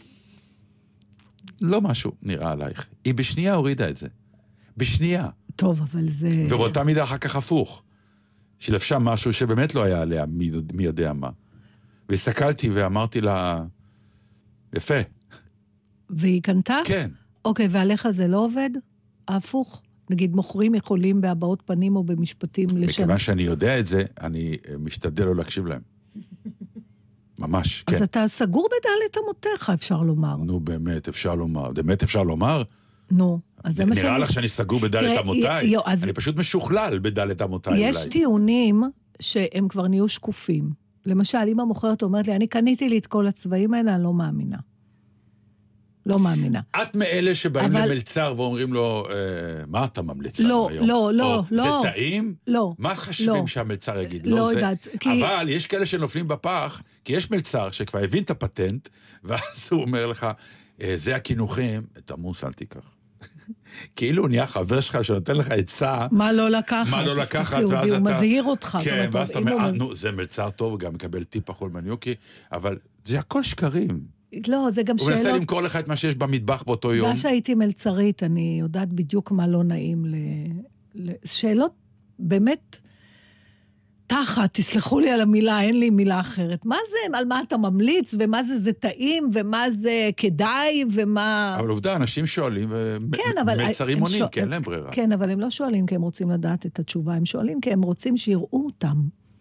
לא משהו נראה עלייך. היא בשנייה הורידה את זה. בשנייה. טוב, אבל זה... ובאותה מידה אחר כך הפוך. שלבשה משהו שבאמת לא היה עליה, מי, מי יודע מה. והסתכלתי ואמרתי לה, יפה. והיא קנתה? כן. אוקיי, ועליך זה לא עובד? ההפוך? נגיד, מוכרים יכולים בהבעות פנים או במשפטים לשם. מכיוון שאני יודע את זה, אני משתדל לא להקשיב להם. ממש, כן. אז אתה סגור בדלת אמותיך, אפשר לומר. נו, באמת, אפשר לומר. באמת אפשר לומר? נו, אז זה מה שאני... נראה לך שאני סגור בדלת אמותיי? אני פשוט משוכלל בדלת אמותיי. יש טיעונים שהם כבר נהיו שקופים. למשל, אם המוכרת אומרת לי, אני קניתי לי את כל הצבעים האלה, אני לא מאמינה. לא מאמינה. את מאלה שבאים אבל... למלצר ואומרים לו, מה אתה ממליץ לא, היום? לא, לא, לא. זה טעים? לא. מה חשבים לא. שהמלצר יגיד? לא, לא יודעת. זה... כי... אבל יש כאלה שנופלים בפח, כי יש מלצר שכבר הבין את הפטנט, ואז הוא אומר לך, זה הכינוחים, את המוס אל תיקח. כאילו הוא נהיה חבר שלך שנותן לך עצה. מה לא לקחת? מה לא לקחת, ואז אתה... הוא מזהיר אותך. כן, ואז אתה אומר, נו, זה מלצר טוב, גם מקבל טיפ החול מניוקי, אבל זה הכל שקרים. לא, זה גם שאלות... הוא מנסה למכור לך את מה שיש במטבח באותו יום. מה שהייתי מלצרית, אני יודעת בדיוק מה לא נעים ל... שאלות באמת תחת, תסלחו לי על המילה, אין לי מילה אחרת. מה זה, על מה אתה ממליץ, ומה זה זה טעים, ומה זה כדאי, ומה... אבל עובדה, אנשים שואלים, ומלצרים עונים, כי אין להם ברירה. כן, אבל הם לא שואלים כי הם רוצים לדעת את התשובה, הם שואלים כי הם רוצים שיראו אותם.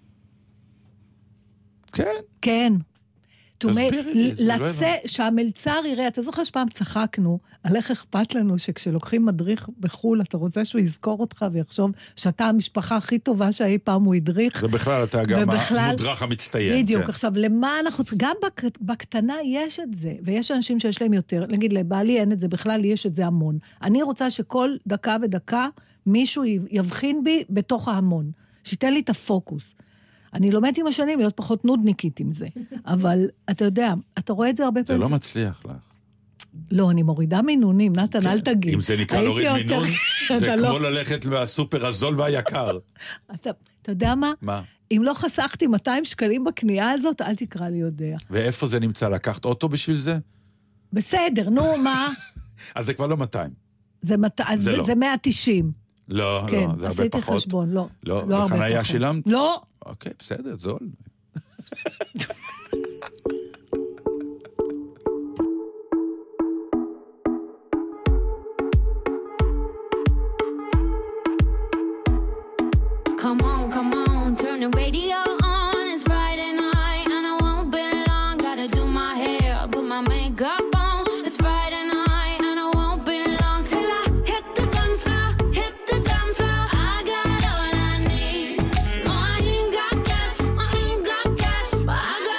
כן? כן. תסבירי לי, זה לא הבא. שהמלצר יראה, אתה זוכר שפעם צחקנו, על איך אכפת לנו שכשלוקחים מדריך בחול, אתה רוצה שהוא יזכור אותך ויחשוב שאתה המשפחה הכי טובה שהאי פעם הוא הדריך. ובכלל אתה גם המודרך המצטיין. בדיוק, כן. עכשיו, למה אנחנו צריכים, גם בקטנה יש את זה, ויש אנשים שיש להם יותר, נגיד, לבעלי אין את זה, בכלל יש את זה המון. אני רוצה שכל דקה ודקה מישהו יבחין בי בתוך ההמון, שיתן לי את הפוקוס. אני לומדת עם השנים להיות פחות נודניקית עם זה. אבל אתה יודע, אתה רואה את זה הרבה פעמים. זה לא מצליח לך. לא, אני מורידה מינונים, נתן, אל תגיד. אם זה נקרא להוריד מינון, זה כמו ללכת בסופר הזול והיקר. אתה יודע מה? מה? אם לא חסכתי מאתיים שקלים בקנייה הזאת, אל תקרא לי יודע. ואיפה זה נמצא? לקחת אוטו בשביל זה? בסדר, נו, מה? אז זה כבר לא מאתיים. זה מאה ותשעים. לא, לא, זה הרבה פחות. כן, עשיתי חשבון, לא. לא, בחניה שילמת? לא. אוקיי, בסדר, זול. Come on, come on, turn the radio on. It's Friday night and I won't be long. Gotta do my hair, put my makeup on. It's Friday night and I won't be long till I hit the dance floor, hit the dance floor. I got all I need. No, I ain't got cash, I ain't got cash, but I got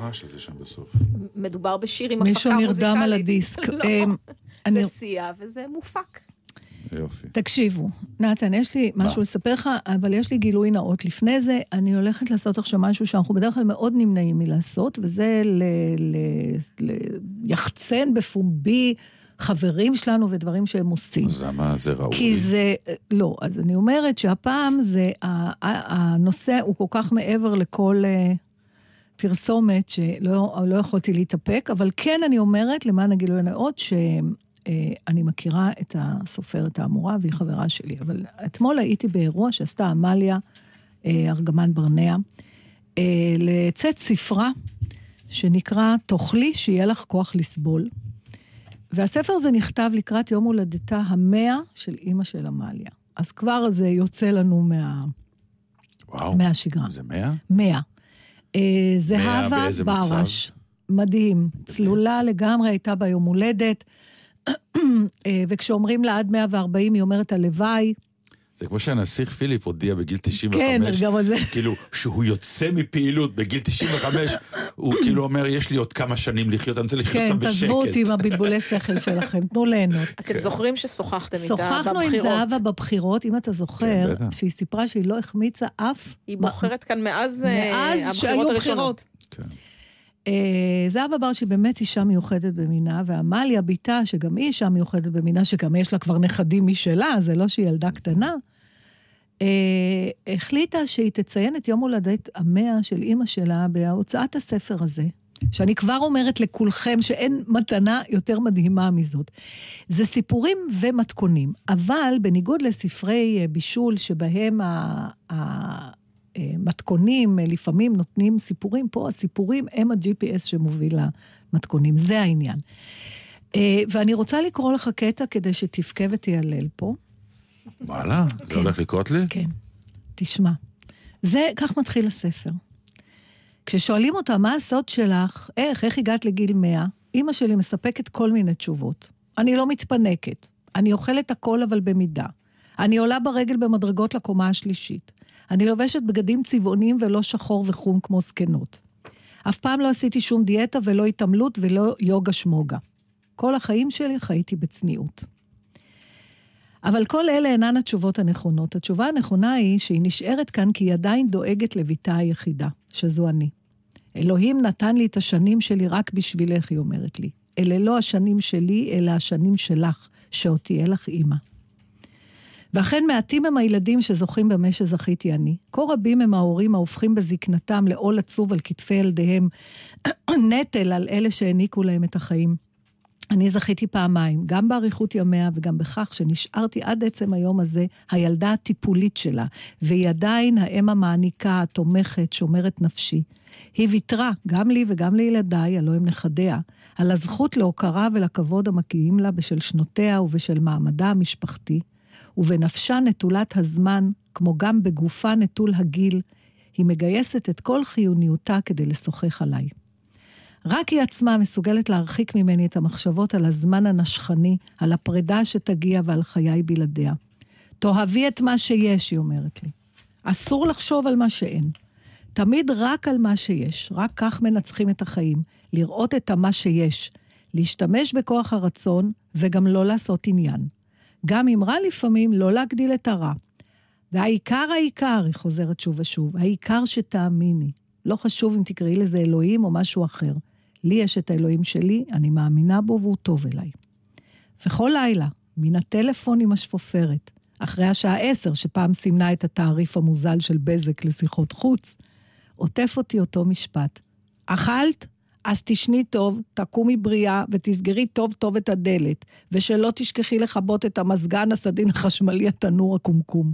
הרעש הזה שם בסוף? מדובר בשיר עם הפקה מוזיקלית. מישהו נרדם על הדיסק. לא, זה סייע וזה מופק. יופי. תקשיבו, נתן, יש לי משהו לספר לך, אבל יש לי גילוי נאות. לפני זה, אני הולכת לעשות עכשיו משהו שאנחנו בדרך כלל מאוד נמנעים מלעשות, וזה ליחצן בפומבי חברים שלנו ודברים שהם עושים. אז למה זה ראוי? כי זה, לא, אז אני אומרת שהפעם זה, הנושא הוא כל כך מעבר לכל פרסומת, שלא לא יכולתי להתאפק, אבל כן אני אומרת, למען הגילוי הנאות, ש... אני מכירה את הסופרת האמורה, והיא חברה שלי. אבל אתמול הייתי באירוע שעשתה אמליה, ארגמן ברנע, לצאת ספרה, שנקרא תוכלי שיהיה לך כוח לסבול. והספר הזה נכתב לקראת יום הולדתה המאה של אמא של אמליה. אז כבר זה יוצא לנו מה... וואו, מהשגרה. זה מאה? מאה. זהבה ברש. מדהים. צלולה לגמרי, הייתה ביום הולדת, וכשאומרים לה עד מאה וארבעים, היא אומרת הלוואי. זה כמו שהנסיך פיליפ הודיע בגיל תשעים וחמש. כן, גם זה. כאילו, שהוא יוצא מפעילות בגיל תשעים וחמש, הוא כאילו אומר, יש לי עוד כמה שנים לחיות, אני רוצה לחיות אותם בשקט. כן, תעזבו אותי עם הבלבולי שכל שלכם, תנו ליהנות. אתם זוכרים ששוחחתם איתה בבחירות? שוחחנו עם זהבה בבחירות, אם אתה זוכר, שהיא סיפרה שהיא לא החמיצה אף... היא בוחרת כאן מאז הבחירות הראשונות. כן. זהבה בר שהיא באמת אישה מיוחדת במינה, ואמליה ביתה, שגם היא אישה מיוחדת במינה, שגם יש לה כבר נכדים משלה, זה לא שהיא ילדה קטנה, החליטה שהיא תציין את יום הולדת המאה של אמא שלה בהוצאת הספר הזה, שאני כבר אומרת לכולכם שאין מתנה יותר מדהימה מזאת. זה סיפורים ומתכונים, אבל בניגוד לספרי בישול שבהם ה... ה מתכונים, לפעמים נותנים סיפורים, פה הסיפורים הם ה-ג'י פי אס שמוביל למתכונים, זה העניין. ואני רוצה לקרוא לך קטע כדי שתפקה ותיעלל פה. וואלה, זה הולך לקרות לי? כן, תשמע. זה, כך מתחיל הספר. כששואלים אותה, מה הסוד שלך? איך, איך הגעת לגיל מאה? אמא שלי מספקת כל מיני תשובות. אני לא מתפנקת. אני אוכלת הכל אבל במידה. אני עולה ברגל במדרגות לקומה השלישית. אני לובשת בגדים צבעונים ולא שחור וחום כמו סקנות. אף פעם לא עשיתי שום דיאטה ולא התעמלות ולא יוגה שמוגה. כל החיים שלי חייתי בצניעות. אבל כל אלה אינן התשובות הנכונות. התשובה הנכונה היא שהיא נשארת כאן כי היא עדיין דואגת לביתה היחידה, שזו אני. אלוהים נתן לי את השנים שלי רק בשבילך, היא אומרת לי. אלה לא השנים שלי, אלא השנים שלך, שעוד תהיה לך אימא. ואכן מעטים הם הילדים שזוכים במה שזכיתי אני. כה רבים הם ההורים ההופכים בזקנתם לעול עצוב על כתפי ילדיהם, נטל על אלה שהעניקו להם את החיים. אני זכיתי פעמיים, גם באריכות ימיה וגם בכך שנשארתי עד עצם היום הזה הילדה הטיפולית שלה, והיא עדיין האם המעניקה, התומכת, שומרת נפשי. היא ויתרה, גם לי וגם לילדיי, הלא הם נכדיה, על הזכות להוקרה ולכבוד המגיעים לה בשל שנותיה ובשל מעמדה המשפחתי, ובנפשה נטולת הזמן, כמו גם בגופה נטול הגיל, היא מגייסת את כל חיוניותה כדי לשוחח עליי. רק היא עצמה מסוגלת להרחיק ממני את המחשבות על הזמן הנשכני, על הפרידה שתגיע ועל חיי בלעדיה. תאהבי את מה שיש, היא אומרת לי. אסור לחשוב על מה שאין. תמיד רק על מה שיש, רק כך מנצחים את החיים, לראות את מה שיש, להשתמש בכוח הרצון וגם לא לעשות עניין. גם אם רע לפעמים לא להגדיל את הרע. והעיקר העיקר, היא חוזרת שוב ושוב, העיקר שתאמיני. לא חשוב אם תקראי לזה אלוהים או משהו אחר. לי יש את האלוהים שלי, אני מאמינה בו והוא טוב אליי. וכל לילה, מן הטלפון עם השפופרת, אחרי השעה עשר שפעם סימנה את התעריף המוזל של בזק לשיחות חוץ, עוטף אותי אותו משפט. אכלת? אז תשני טוב, תקומי בריאה ותסגרי טוב טוב את הדלת, ושלא תשכחי לחבות את המזגן הסדין החשמלי התנור הקומקום.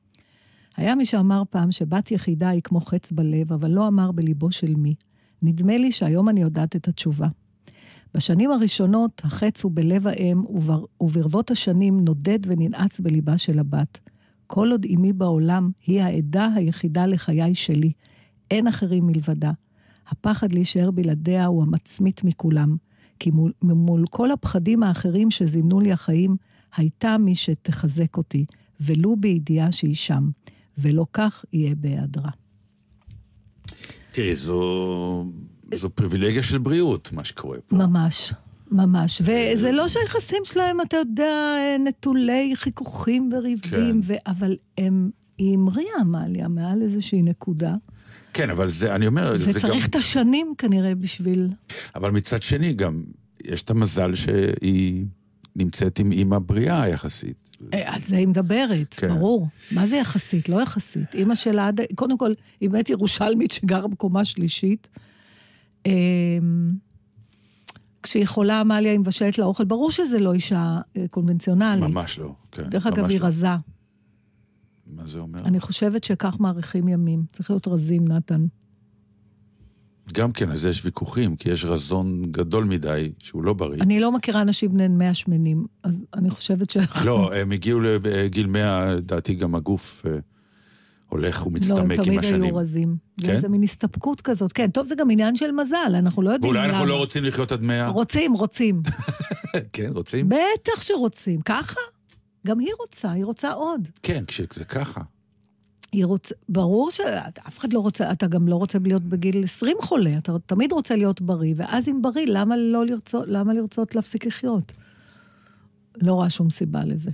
היה מי שאמר פעם שבת יחידה היא כמו חץ בלב, אבל לא אמר בליבו של מי. נדמה לי שהיום אני יודעת את התשובה. בשנים הראשונות החץ הוא בלב האם, ובר... וברבות השנים נודד וננעץ בליבה של הבת. כל עוד אמי בעולם היא העדה היחידה לחיי שלי. אין אחרים מלבדה. הפחד להישאר בלעדיה הוא המצמית מכולם, כי מול, מול כל הפחדים האחרים שזימנו לי החיים, הייתה מי שתחזק אותי, ולו בידיעה שהיא שם, ולא כך יהיה בהיעדרה. תראי, זו זו פריבילגיה של בריאות, מה שקורה פה. ממש, ממש. וזה לא שהיחסים שלהם, אתה יודע, נטולי חיכוכים וריבים, ו... אבל הם, היא המריאה עמליה מעל איזושהי נקודה. כן, אבל זה, אני אומר... וצריך גם... את השנים כנראה בשביל... אבל מצד שני גם, יש את המזל שהיא נמצאת עם אמא בריאה יחסית. אז זה היא מדברת, כן. ברור. מה זה יחסית? לא יחסית. אמא שלה, קודם כל, היא באמת ירושלמית שגרה בקומה שלישית. כשהיא חולה, עמליה היא מבשלת לאוכל. ברור שזה לא אישה קונבנציונלית. ממש לא, כן. דרך אגב, היא רזה. מה זה אומר? אני חושבת שכך מעריכים ימים. צריך להיות רזים, נתן. גם כן, אז יש ויכוחים, כי יש רזון גדול מדי, שהוא לא בריא. אני לא מכירה אנשים בני מאה שמנים, אז אני חושבת ש... לא, הם הגיעו לגיל מאה, דעתי גם הגוף הולך ומצטמק עם השנים. לא, הם תמיד היו רזים. כן? זה מין הסתפקות כזאת. כן, טוב, זה גם עניין של מזל, אנחנו לא יודעים למה. ואולי אנחנו לא רוצים לחיות עד מאה? רוצים, רוצים. כן, רוצים? בטח שרוצים. ככה? גם היא רוצה, היא רוצה עוד. כן, כשזה ככה. היא רוצה, ברור שאף אחד לא רוצה, אתה גם לא רוצה להיות בגיל עשרים חולה, אתה תמיד רוצה להיות בריא, ואז אם בריא, למה לא לרצות, למה לרצות להפסיק לחיות? לא רואה שום סיבה לזה.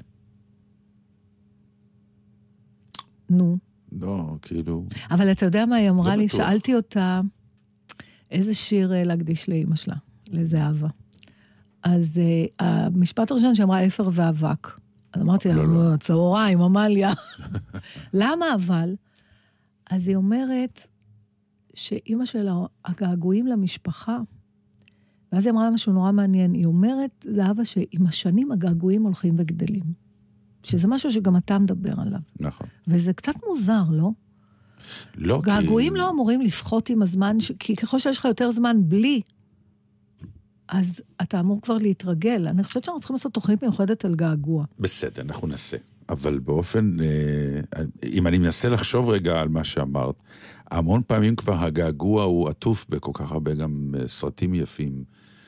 נו. לא, כאילו... אבל אתה יודע מה היא אמרה לי? שאלתי אותה, איזה שיר להקדיש לאמא שלה, לזהבה. אז uh, המשפט הראשון שאמרה, אפר ואבק. אז אמרתי לה, לא, צהריים, עמליה. למה אבל? אז היא אומרת שאמא שלה, הגעגועים למשפחה, ואז היא אמרה משהו נורא מעניין, היא אומרת, זהבה, שעם השנים הגעגועים הולכים וגדלים. שזה משהו שגם אתה מדבר עליו. נכון. וזה קצת מוזר, לא? לא, כי... געגועים לא אמורים לפחות עם הזמן, כי ככל שיש לך יותר זמן בלי, אז אתה אמור כבר להתרגל. אני חושבת שאנחנו צריכים לעשות תוכנית מיוחדת על געגוע. בסדר, אנחנו נעשה. אבל באופן, אם אני מנסה לחשוב רגע על מה שאמרת, המון פעמים כבר הגעגוע הוא עטוף בכל כך הרבה גם סרטים יפים,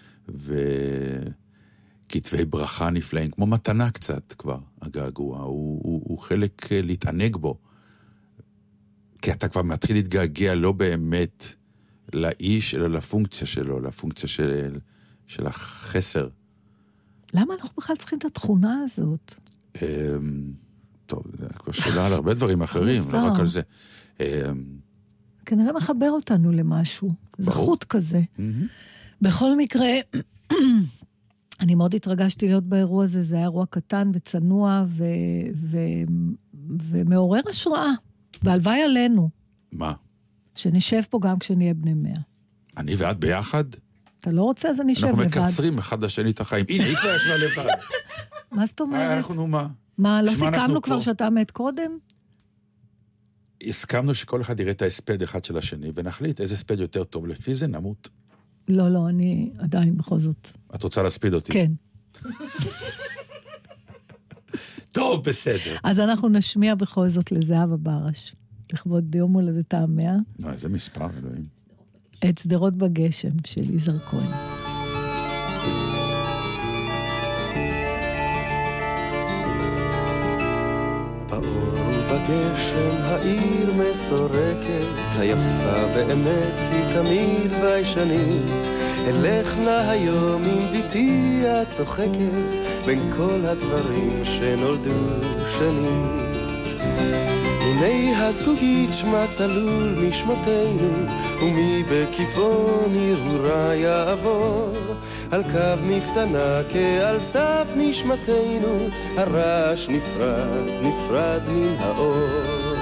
וכתבי ברכה נפלאים, כמו מתנה קצת כבר, הגעגוע. הוא, הוא, הוא חלק להתענג בו. כי אתה כבר מתחיל להתגעגע לא באמת לאיש, אלא לפונקציה שלו, לפונקציה של... של החסר. למה אנחנו בכלל צריכים את התכונה הזאת? טוב, כבר שאלה על הרבה דברים אחרים, לא רק על זה. כנראה מחבר אותנו למשהו, זכות כזה. בכל מקרה, אני מאוד התרגשתי להיות באירוע הזה, זה היה אירוע קטן וצנוע ומעורר השראה, והלוואי עלינו. מה? שנשב פה גם כשנהיה בני מאה. אני ואת ביחד? אתה לא רוצה, אז אני אשב לבד. אנחנו מקצרים אחד לשני את החיים. הנה, היא כבר ישבה לבד. מה זאת אומרת? אנחנו, מה? מה, לא סיכמנו כבר שאתה מת קודם? הסכמנו שכל אחד יראה את ההספד אחד של השני, ונחליט איזה הספד יותר טוב. לפי זה נמות. לא, לא, אני עדיין בכל זאת. את רוצה להספיד אותי? כן. טוב, בסדר. אז אנחנו נשמיע בכל זאת לזהבה ברש, לכבוד יום הולדתה המאה. לא, איזה מספר, אלוהים. את שדרות בגשם של יזהר כהן. באור ובגשם העיר מסורקת, היפה באמת היא תמיד ביישנית. אלך נא היום עם ביתי הצוחקת, בין כל הדברים שנולדו שנית. הנה הזגוגית שמה צלול משמותינו, ומי בכיפון הרהורה יעבור, על קו מפתנה כעל סף נשמתנו, הרעש נפרד, נפרד מן האור.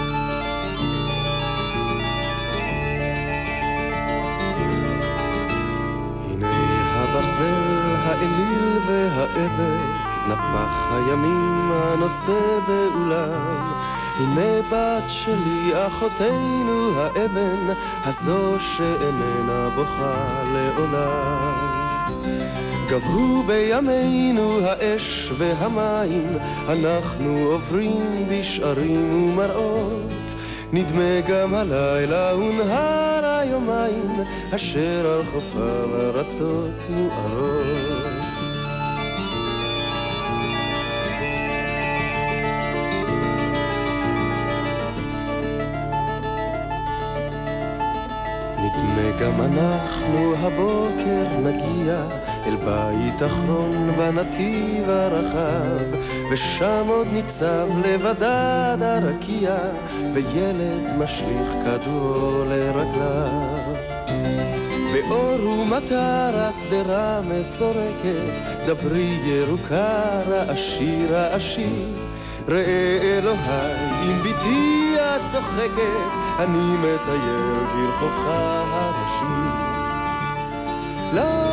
הנה הברזל, האליל והאבק, נפח הימים הנושא באולם. הנה בת שלי אחותינו האבן, הזו שאיננה בוכה לעולם. גברו בימינו האש והמים, אנחנו עוברים בשערים ומראות. נדמה גם הלילה ונהר היומיים, אשר על חופיו ארצות מוארות. נדמה גם גם אנחנו הבוקר נגיע אל בית אחרון בנתיב הרחב, ושם עוד ניצב לבדד הרקיע, וילד משליך כדור לרגליו. באור ומטר הסדרה מסורקת, דברי ירוקה רעשי רעשי, ראה אלוהי אם ביתי את צוחקת, אני מטייל ברחובך הראשי. לא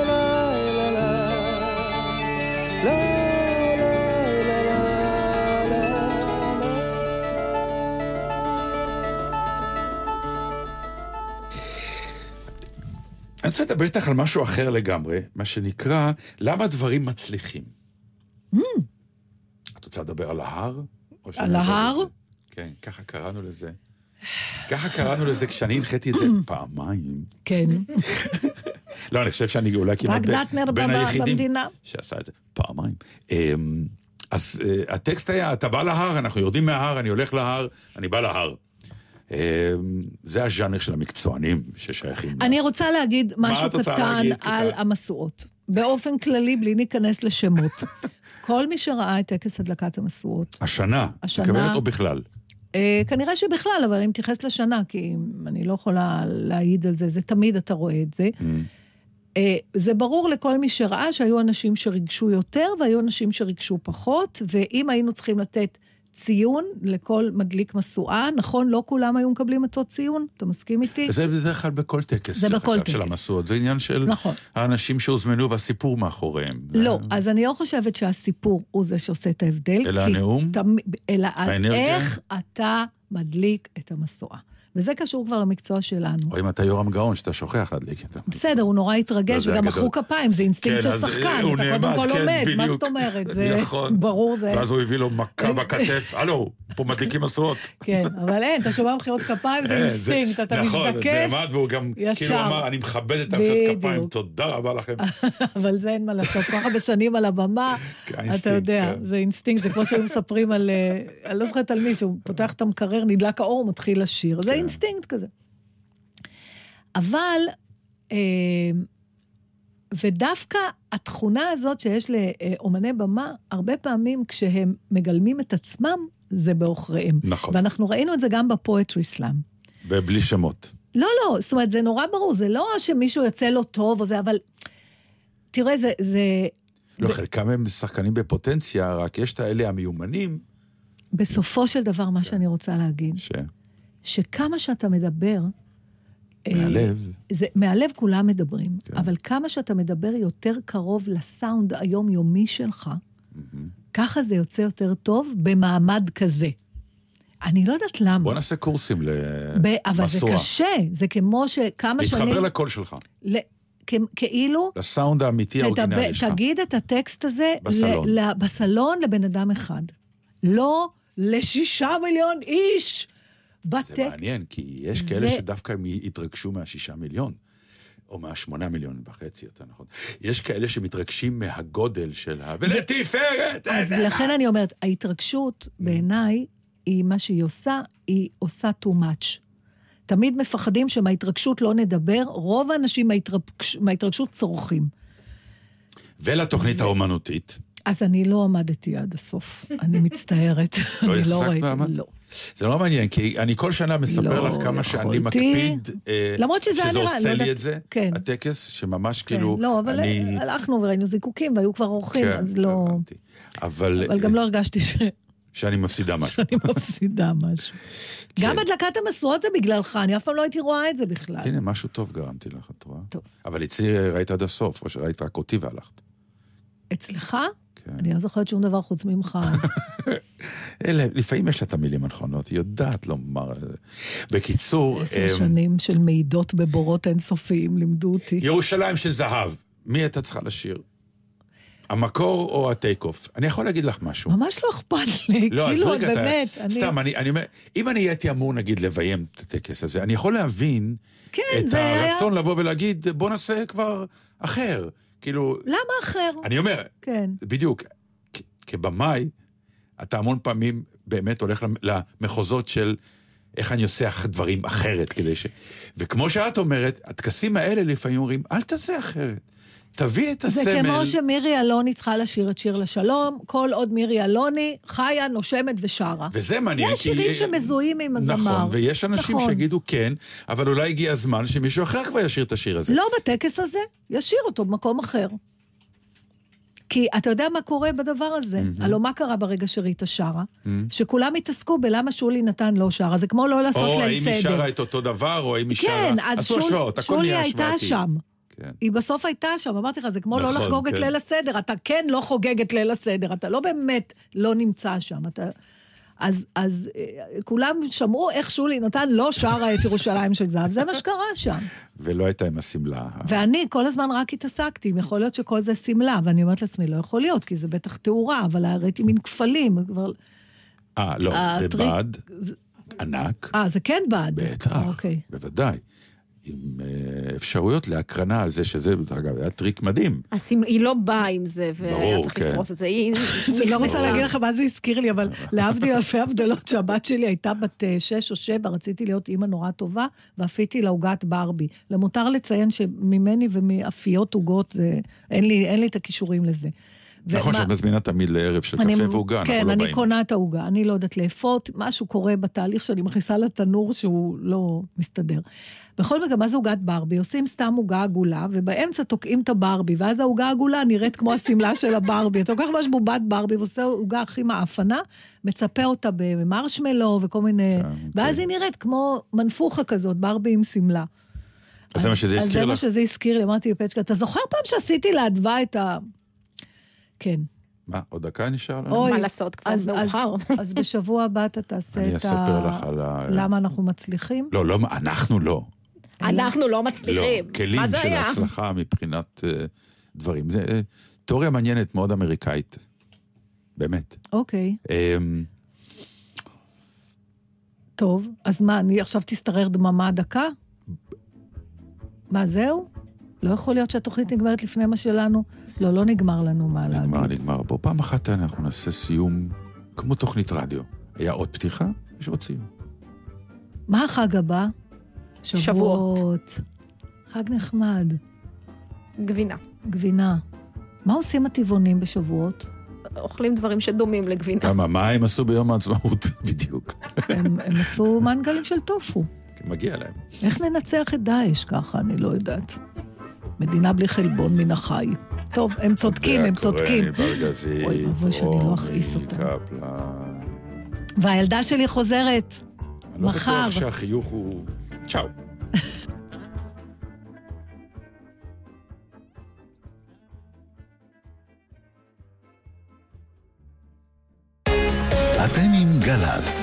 אני רוצה לדבר איתך על משהו אחר לגמרי, מה שנקרא, למה דברים מצליחים? Mm. את רוצה לדבר על ההר? על ההר? כן, ככה קראנו לזה. ככה קראנו לזה כשאני הנחיתי את זה פעמיים. כן. לא, אני חושב שאני אולי כמעט בין היחידים שעשה את זה פעמיים. אז הטקסט היה, אתה בא להר, אנחנו יורדים מההר, אני הולך להר, אני בא להר. זה הז'אנר של המקצוענים ששייכים. אני רוצה להגיד משהו קטן על המסועות. באופן כללי, בלי להיכנס לשמות. כל מי שראה את טקס הדלקת המסועות. השנה? תקבלת או בכלל? כנראה שבכלל, אבל אני מתייחס לשנה, כי אני לא יכולה להעיד על זה, זה תמיד אתה רואה את זה. זה ברור לכל מי שראה שהיו אנשים שרגשו יותר, והיו אנשים שרגשו פחות, ואם היינו צריכים לתת ציון לכל מדליק מסועה, נכון, לא כולם היו מקבלים אותו ציון, אתה מסכים איתי? זה בדרך כלל בכל טקס, זה בכל טקס. של המסועות, זה עניין של נכון. האנשים שהוזמנו והסיפור מאחוריהם. לא, אז אני לא חושבת שהסיפור הוא זה שעושה את ההבדל. אלא הנאום? ת... אלא איך אתה מדליק את המסועה. וזה קשור כבר למקצוע שלנו. או אם אתה יורם גאון, שאתה שוכח להדליק את זה. בסדר, הוא נורא התרגש, וגם מחאו כפיים, זה אינסטינקט של שחקן, אתה קודם כל עומד, מה זאת אומרת? זה ברור זה... ואז הוא הביא לו מכה בכתף, הלו, פה מדליקים מסורות. כן, אבל אין, אתה שומע מחיאות כפיים, זה אינסטינקט, אתה מזדקף, נכון, נעמד, והוא גם כאילו אמר, אני מכבד את המחיאות כפיים, תודה רבה לכם. אבל זה אין מה לעשות, ככה בשנים על הבמה, אתה יודע, זה אינסטינקט, זה כמו שהם מספרים על, אני לא זוכרת על מישהו, פותח את המקרר, נדלק האור, מתחיל לשיר. זה אינסטינקט כזה. אבל, ודווקא התכונה הזאת שיש לאומני במה, הרבה פעמים כשהם מגלמים את עצמם, זה באוכריהם. נכון. ואנחנו ראינו את זה גם בפואטרי סלאם. ובלי שמות. לא, לא, זאת אומרת, זה נורא ברור, זה לא שמישהו יוצא לו טוב או זה, אבל תראה, זה... זה לא, חלקם הם שחקנים בפוטנציה, רק יש את האלה המיומנים. בסופו של דבר, מה שאני רוצה להגיד, ש... שכמה שאתה מדבר... מהלב. זה, מהלב כולם מדברים, כן. אבל כמה שאתה מדבר יותר קרוב לסאונד היומיומי שלך, mm-hmm. ככה זה יוצא יותר טוב במעמד כזה. אני לא יודעת למה. בוא נעשה קורסים למסוע. ב- אבל זה קשה, זה כמו שכמה שנים... להתחבר לקול שלך. ל... כ- כאילו... לסאונד האמיתי האורגינלי שלך. תגיד את הטקסט הזה... בסלון. ל- בסלון לבן אדם אחד. לא לשישה מיליון איש. בטק... זה מעניין, כי יש זה... כאלה שדווקא הם יתרגשו מהשישה מיליון. או מהשמונה מיליון וחצי, יותר נכון. יש כאלה שמתרגשים מהגודל של ה... ולתפארת! אז לכן אני אומרת, ההתרגשות בעיניי, היא מה שהיא עושה, היא עושה too much. תמיד מפחדים שמההתרגשות לא נדבר, רוב האנשים מההתרגש... מההתרגשות צורכים. ולתוכנית האומנותית? אז אני לא עמדתי עד הסוף, אני מצטערת. לא אני לא ראיתי, לא. זה לא מעניין, כי אני כל שנה מספר לא לך כמה יכולתי. שאני מקפיד, למרות שזה, שזה נראה, עושה לא לי יודע... את זה, כן. הטקס, שממש כן. כאילו... לא, אבל אני... הלכנו וראינו זיקוקים, והיו כבר אורחים, כן, אז לא... אבל... אבל גם לא הרגשתי ש... שאני מפסידה משהו. שאני מפסידה משהו. כן. גם הדלקת המסורות זה בגללך, אני אף פעם לא הייתי רואה את זה בכלל. הנה, משהו טוב גרמתי לך, את רואה? טוב. אבל אצלי ראית עד הסוף, או שראית רק אותי והלכת. אצלך? כן. אני לא זוכרת שום דבר חוץ ממך. אלה, לפעמים יש את המילים הנכונות, היא יודעת לומר... בקיצור... עשר שנים של מידות בבורות אינסופיים לימדו אותי. ירושלים של זהב, מי אתה צריכה לשיר? המקור או הטייק אוף? אני יכול להגיד לך משהו. ממש לא אכפת לי, לא, כאילו, רגע, באמת. אתה, אני... סתם, אני, אני אומר, אם אני הייתי אמור, נגיד, לביים את הטקס הזה, אני יכול להבין כן, את הרצון היה... לבוא ולהגיד, בוא נעשה כבר אחר. כאילו... למה אחר? אני אומר, כן. בדיוק, כ- כבמאי, אתה המון פעמים באמת הולך למחוזות של איך אני עושה דברים אחרת כדי ש... וכמו שאת אומרת, הטקסים האלה לפעמים אומרים, אל תעשה אחרת. תביא את הסמל. זה כמו שמירי אלוני צריכה לשיר את שיר לשלום, כל עוד מירי אלוני חיה, נושמת ושרה. וזה מעניין. יש שירים שמזוהים עם הזמר. נכון, ויש אנשים נכון. שיגידו כן, אבל אולי הגיע הזמן שמישהו אחר כבר ישיר את השיר הזה. לא בטקס הזה, ישיר אותו במקום אחר. כי אתה יודע מה קורה בדבר הזה? Mm-hmm. הלוא מה קרה ברגע שריטה שרה? Mm-hmm. שכולם התעסקו בלמה שולי נתן לא שרה. זה כמו לא לעשות ליל סדר. או האם היא שרה את אותו דבר, או האם היא שרה... כן, אז שול, שולי הייתה שם. כן. היא בסוף הייתה שם, אמרתי לך, זה כמו נכון, לא לחגוג כן. את ליל הסדר. אתה כן לא חוגג את ליל הסדר, אתה לא באמת לא נמצא שם. אתה... אז, אז כולם שמעו איך שולי נתן לא שרה את ירושלים של זהב. זה מה שקרה שם. ולא הייתה עם הסמלה. ואני כל הזמן רק התעסקתי, יכול להיות שכל זה סמלה, ואני אומרת לעצמי, לא יכול להיות, כי זה בטח תאורה, אבל הראיתי מין כפלים. אה, לא, זה בד ענק. אה, זה כן בד. בטח, בוודאי. עם אפשרויות להקרנה על זה שזה, אגב, היה טריק מדהים. היא לא באה עם זה, והיה צריך לפרוס את זה. זה לא רוצה להגיד לך מה זה הזכיר לי, אבל להבדיל אלפי הבדלות שהבת שלי הייתה בת שש או שבע, רציתי להיות אימא נורא טובה, ואפיתי לעוגת ברבי. למותר לציין שממני ומאפיות עוגות, אין לי את הכישורים לזה. נכון שאת מזמינה תמיד לערב של קפה ועוגה, כן, אני קונה את העוגה, אני לא יודעת לאפות, משהו קורה בתהליך שאני מכניסה לתנור שהוא לא מסתדר. בכל מקרה, מה זה עוגת ברבי? עושים סתם עוגה עגולה, ובאמצע תוקעים את הברבי, ואז העוגה עגולה נראית כמו הסמלה של הברבי. אתה לוקח ממש בובת ברבי, ועושה עוגה הכי מאפנה, מצפה אותה במרשמלו וכל מיני... ואז היא נראית כמו מנפוחה כזאת, ברבי עם סמלה. אז זה מה שזה הזכיר לך? אז זה מה שזה הזכיר לי, אמרתי בפצ'קה, אתה זוכר פעם שעשיתי להדווה את ה... כן. מה, עוד דקה נשאר לנו? מה לעשות, כבר מאוחר. אז בשבוע הבא אתה תעשה את ה... למה אנחנו מצליחים? לא, אנחנו לא. אנחנו לא מצליחים. לא, כלים של הצלחה מבחינת דברים. זה תיאוריה מעניינת, מאוד אמריקאית. באמת. אוקיי. טוב, אז מה, אני עכשיו תסתרר דממה דקה? מה, זהו? לא יכול להיות שהתוכנית נגמרת לפני מה שלנו? לא, לא נגמר לנו מה להגיד. נגמר, נגמר. בוא פעם אחת אנחנו נעשה סיום כמו תוכנית רדיו. היה עוד פתיחה, יש עוד סיום. מה החג הבא? שבועות. חג נחמד. גבינה. גבינה. מה עושים הטבעונים בשבועות? אוכלים דברים שדומים לגבינה. למה, מה הם עשו ביום העצמאות בדיוק? הם, הם עשו מנגלים של טופו. מגיע להם. איך ננצח את דאעש ככה? אני לא יודעת. מדינה בלי חלבון מן החי. טוב, הם צודקים, הם צודקים. אוי, אבוי שאני לא אכעיס אותם. והילדה שלי חוזרת מחר. אני לא בטוח שהחיוך הוא... צ'או. אתם עם גל"צ.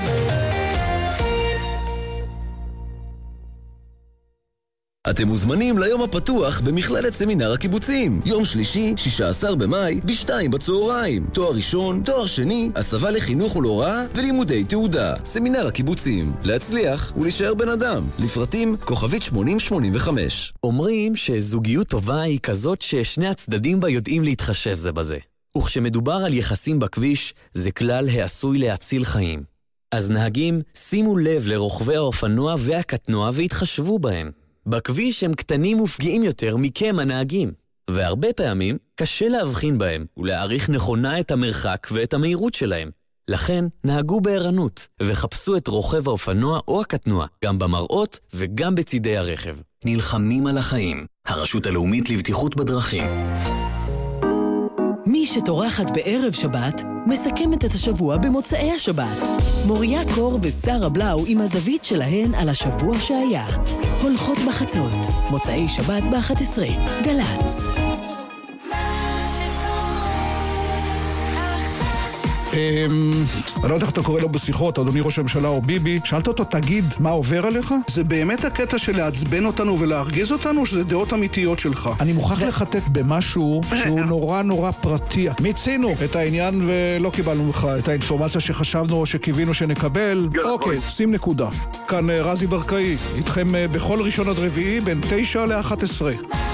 אתם מוזמנים ליום הפתוח במכללת סמינר הקיבוצים. יום שלישי, שישה עשר במאי, בשתיים בצהריים. תואר ראשון, תואר שני, הסבה לחינוך ולהוראה ולימודי תעודה. סמינר הקיבוצים. להצליח ולהישאר בן אדם. לפרטים, כוכבית שמונים שמונים וחמש. אומרים שזוגיות טובה היא כזאת ששני הצדדים בה יודעים להתחשב זה בזה. וכשמדובר על יחסים בכביש, זה כלל העשוי להציל חיים. אז נהגים, שימו לב לרוכבי האופנוע והקטנוע והתחשבו בהם. בכביש הם קטנים ופגיעים יותר מכם הנהגים, והרבה פעמים קשה להבחין בהם ולהעריך נכונה את המרחק ואת המהירות שלהם. לכן נהגו בערנות וחפשו את רוכב האופנוע או הקטנוע, גם במראות וגם בצידי הרכב. נלחמים על החיים. הרשות הלאומית לבטיחות בדרכים. מי שטורחת בערב שבת, מסכמת את השבוע במוצאי השבת. מוריה קור ושרה בלאו עם הזווית שלהן על השבוע שהיה. הולכות בחצות, מוצאי שבת ב-אחת עשרה, גל"צ. אני לא יודע איך אתה קורא לו בשיחות, אדוני ראש הממשלה או ביבי, שאלת אותו, תגיד, מה עובר עליך? זה באמת הקטע של להעצבן אותנו ולהרגיז אותנו, או שזה דעות אמיתיות שלך? אני מוכרח לחטט במשהו שהוא נורא נורא פרטי. מיצינו את העניין ולא קיבלנו ממך את האינפורמציה שחשבנו או שקיווינו שנקבל. אוקיי, שים נקודה. כאן רזי ברקאי, איתכם בכל ראשון עד רביעי בין תשע לאחת עשרה.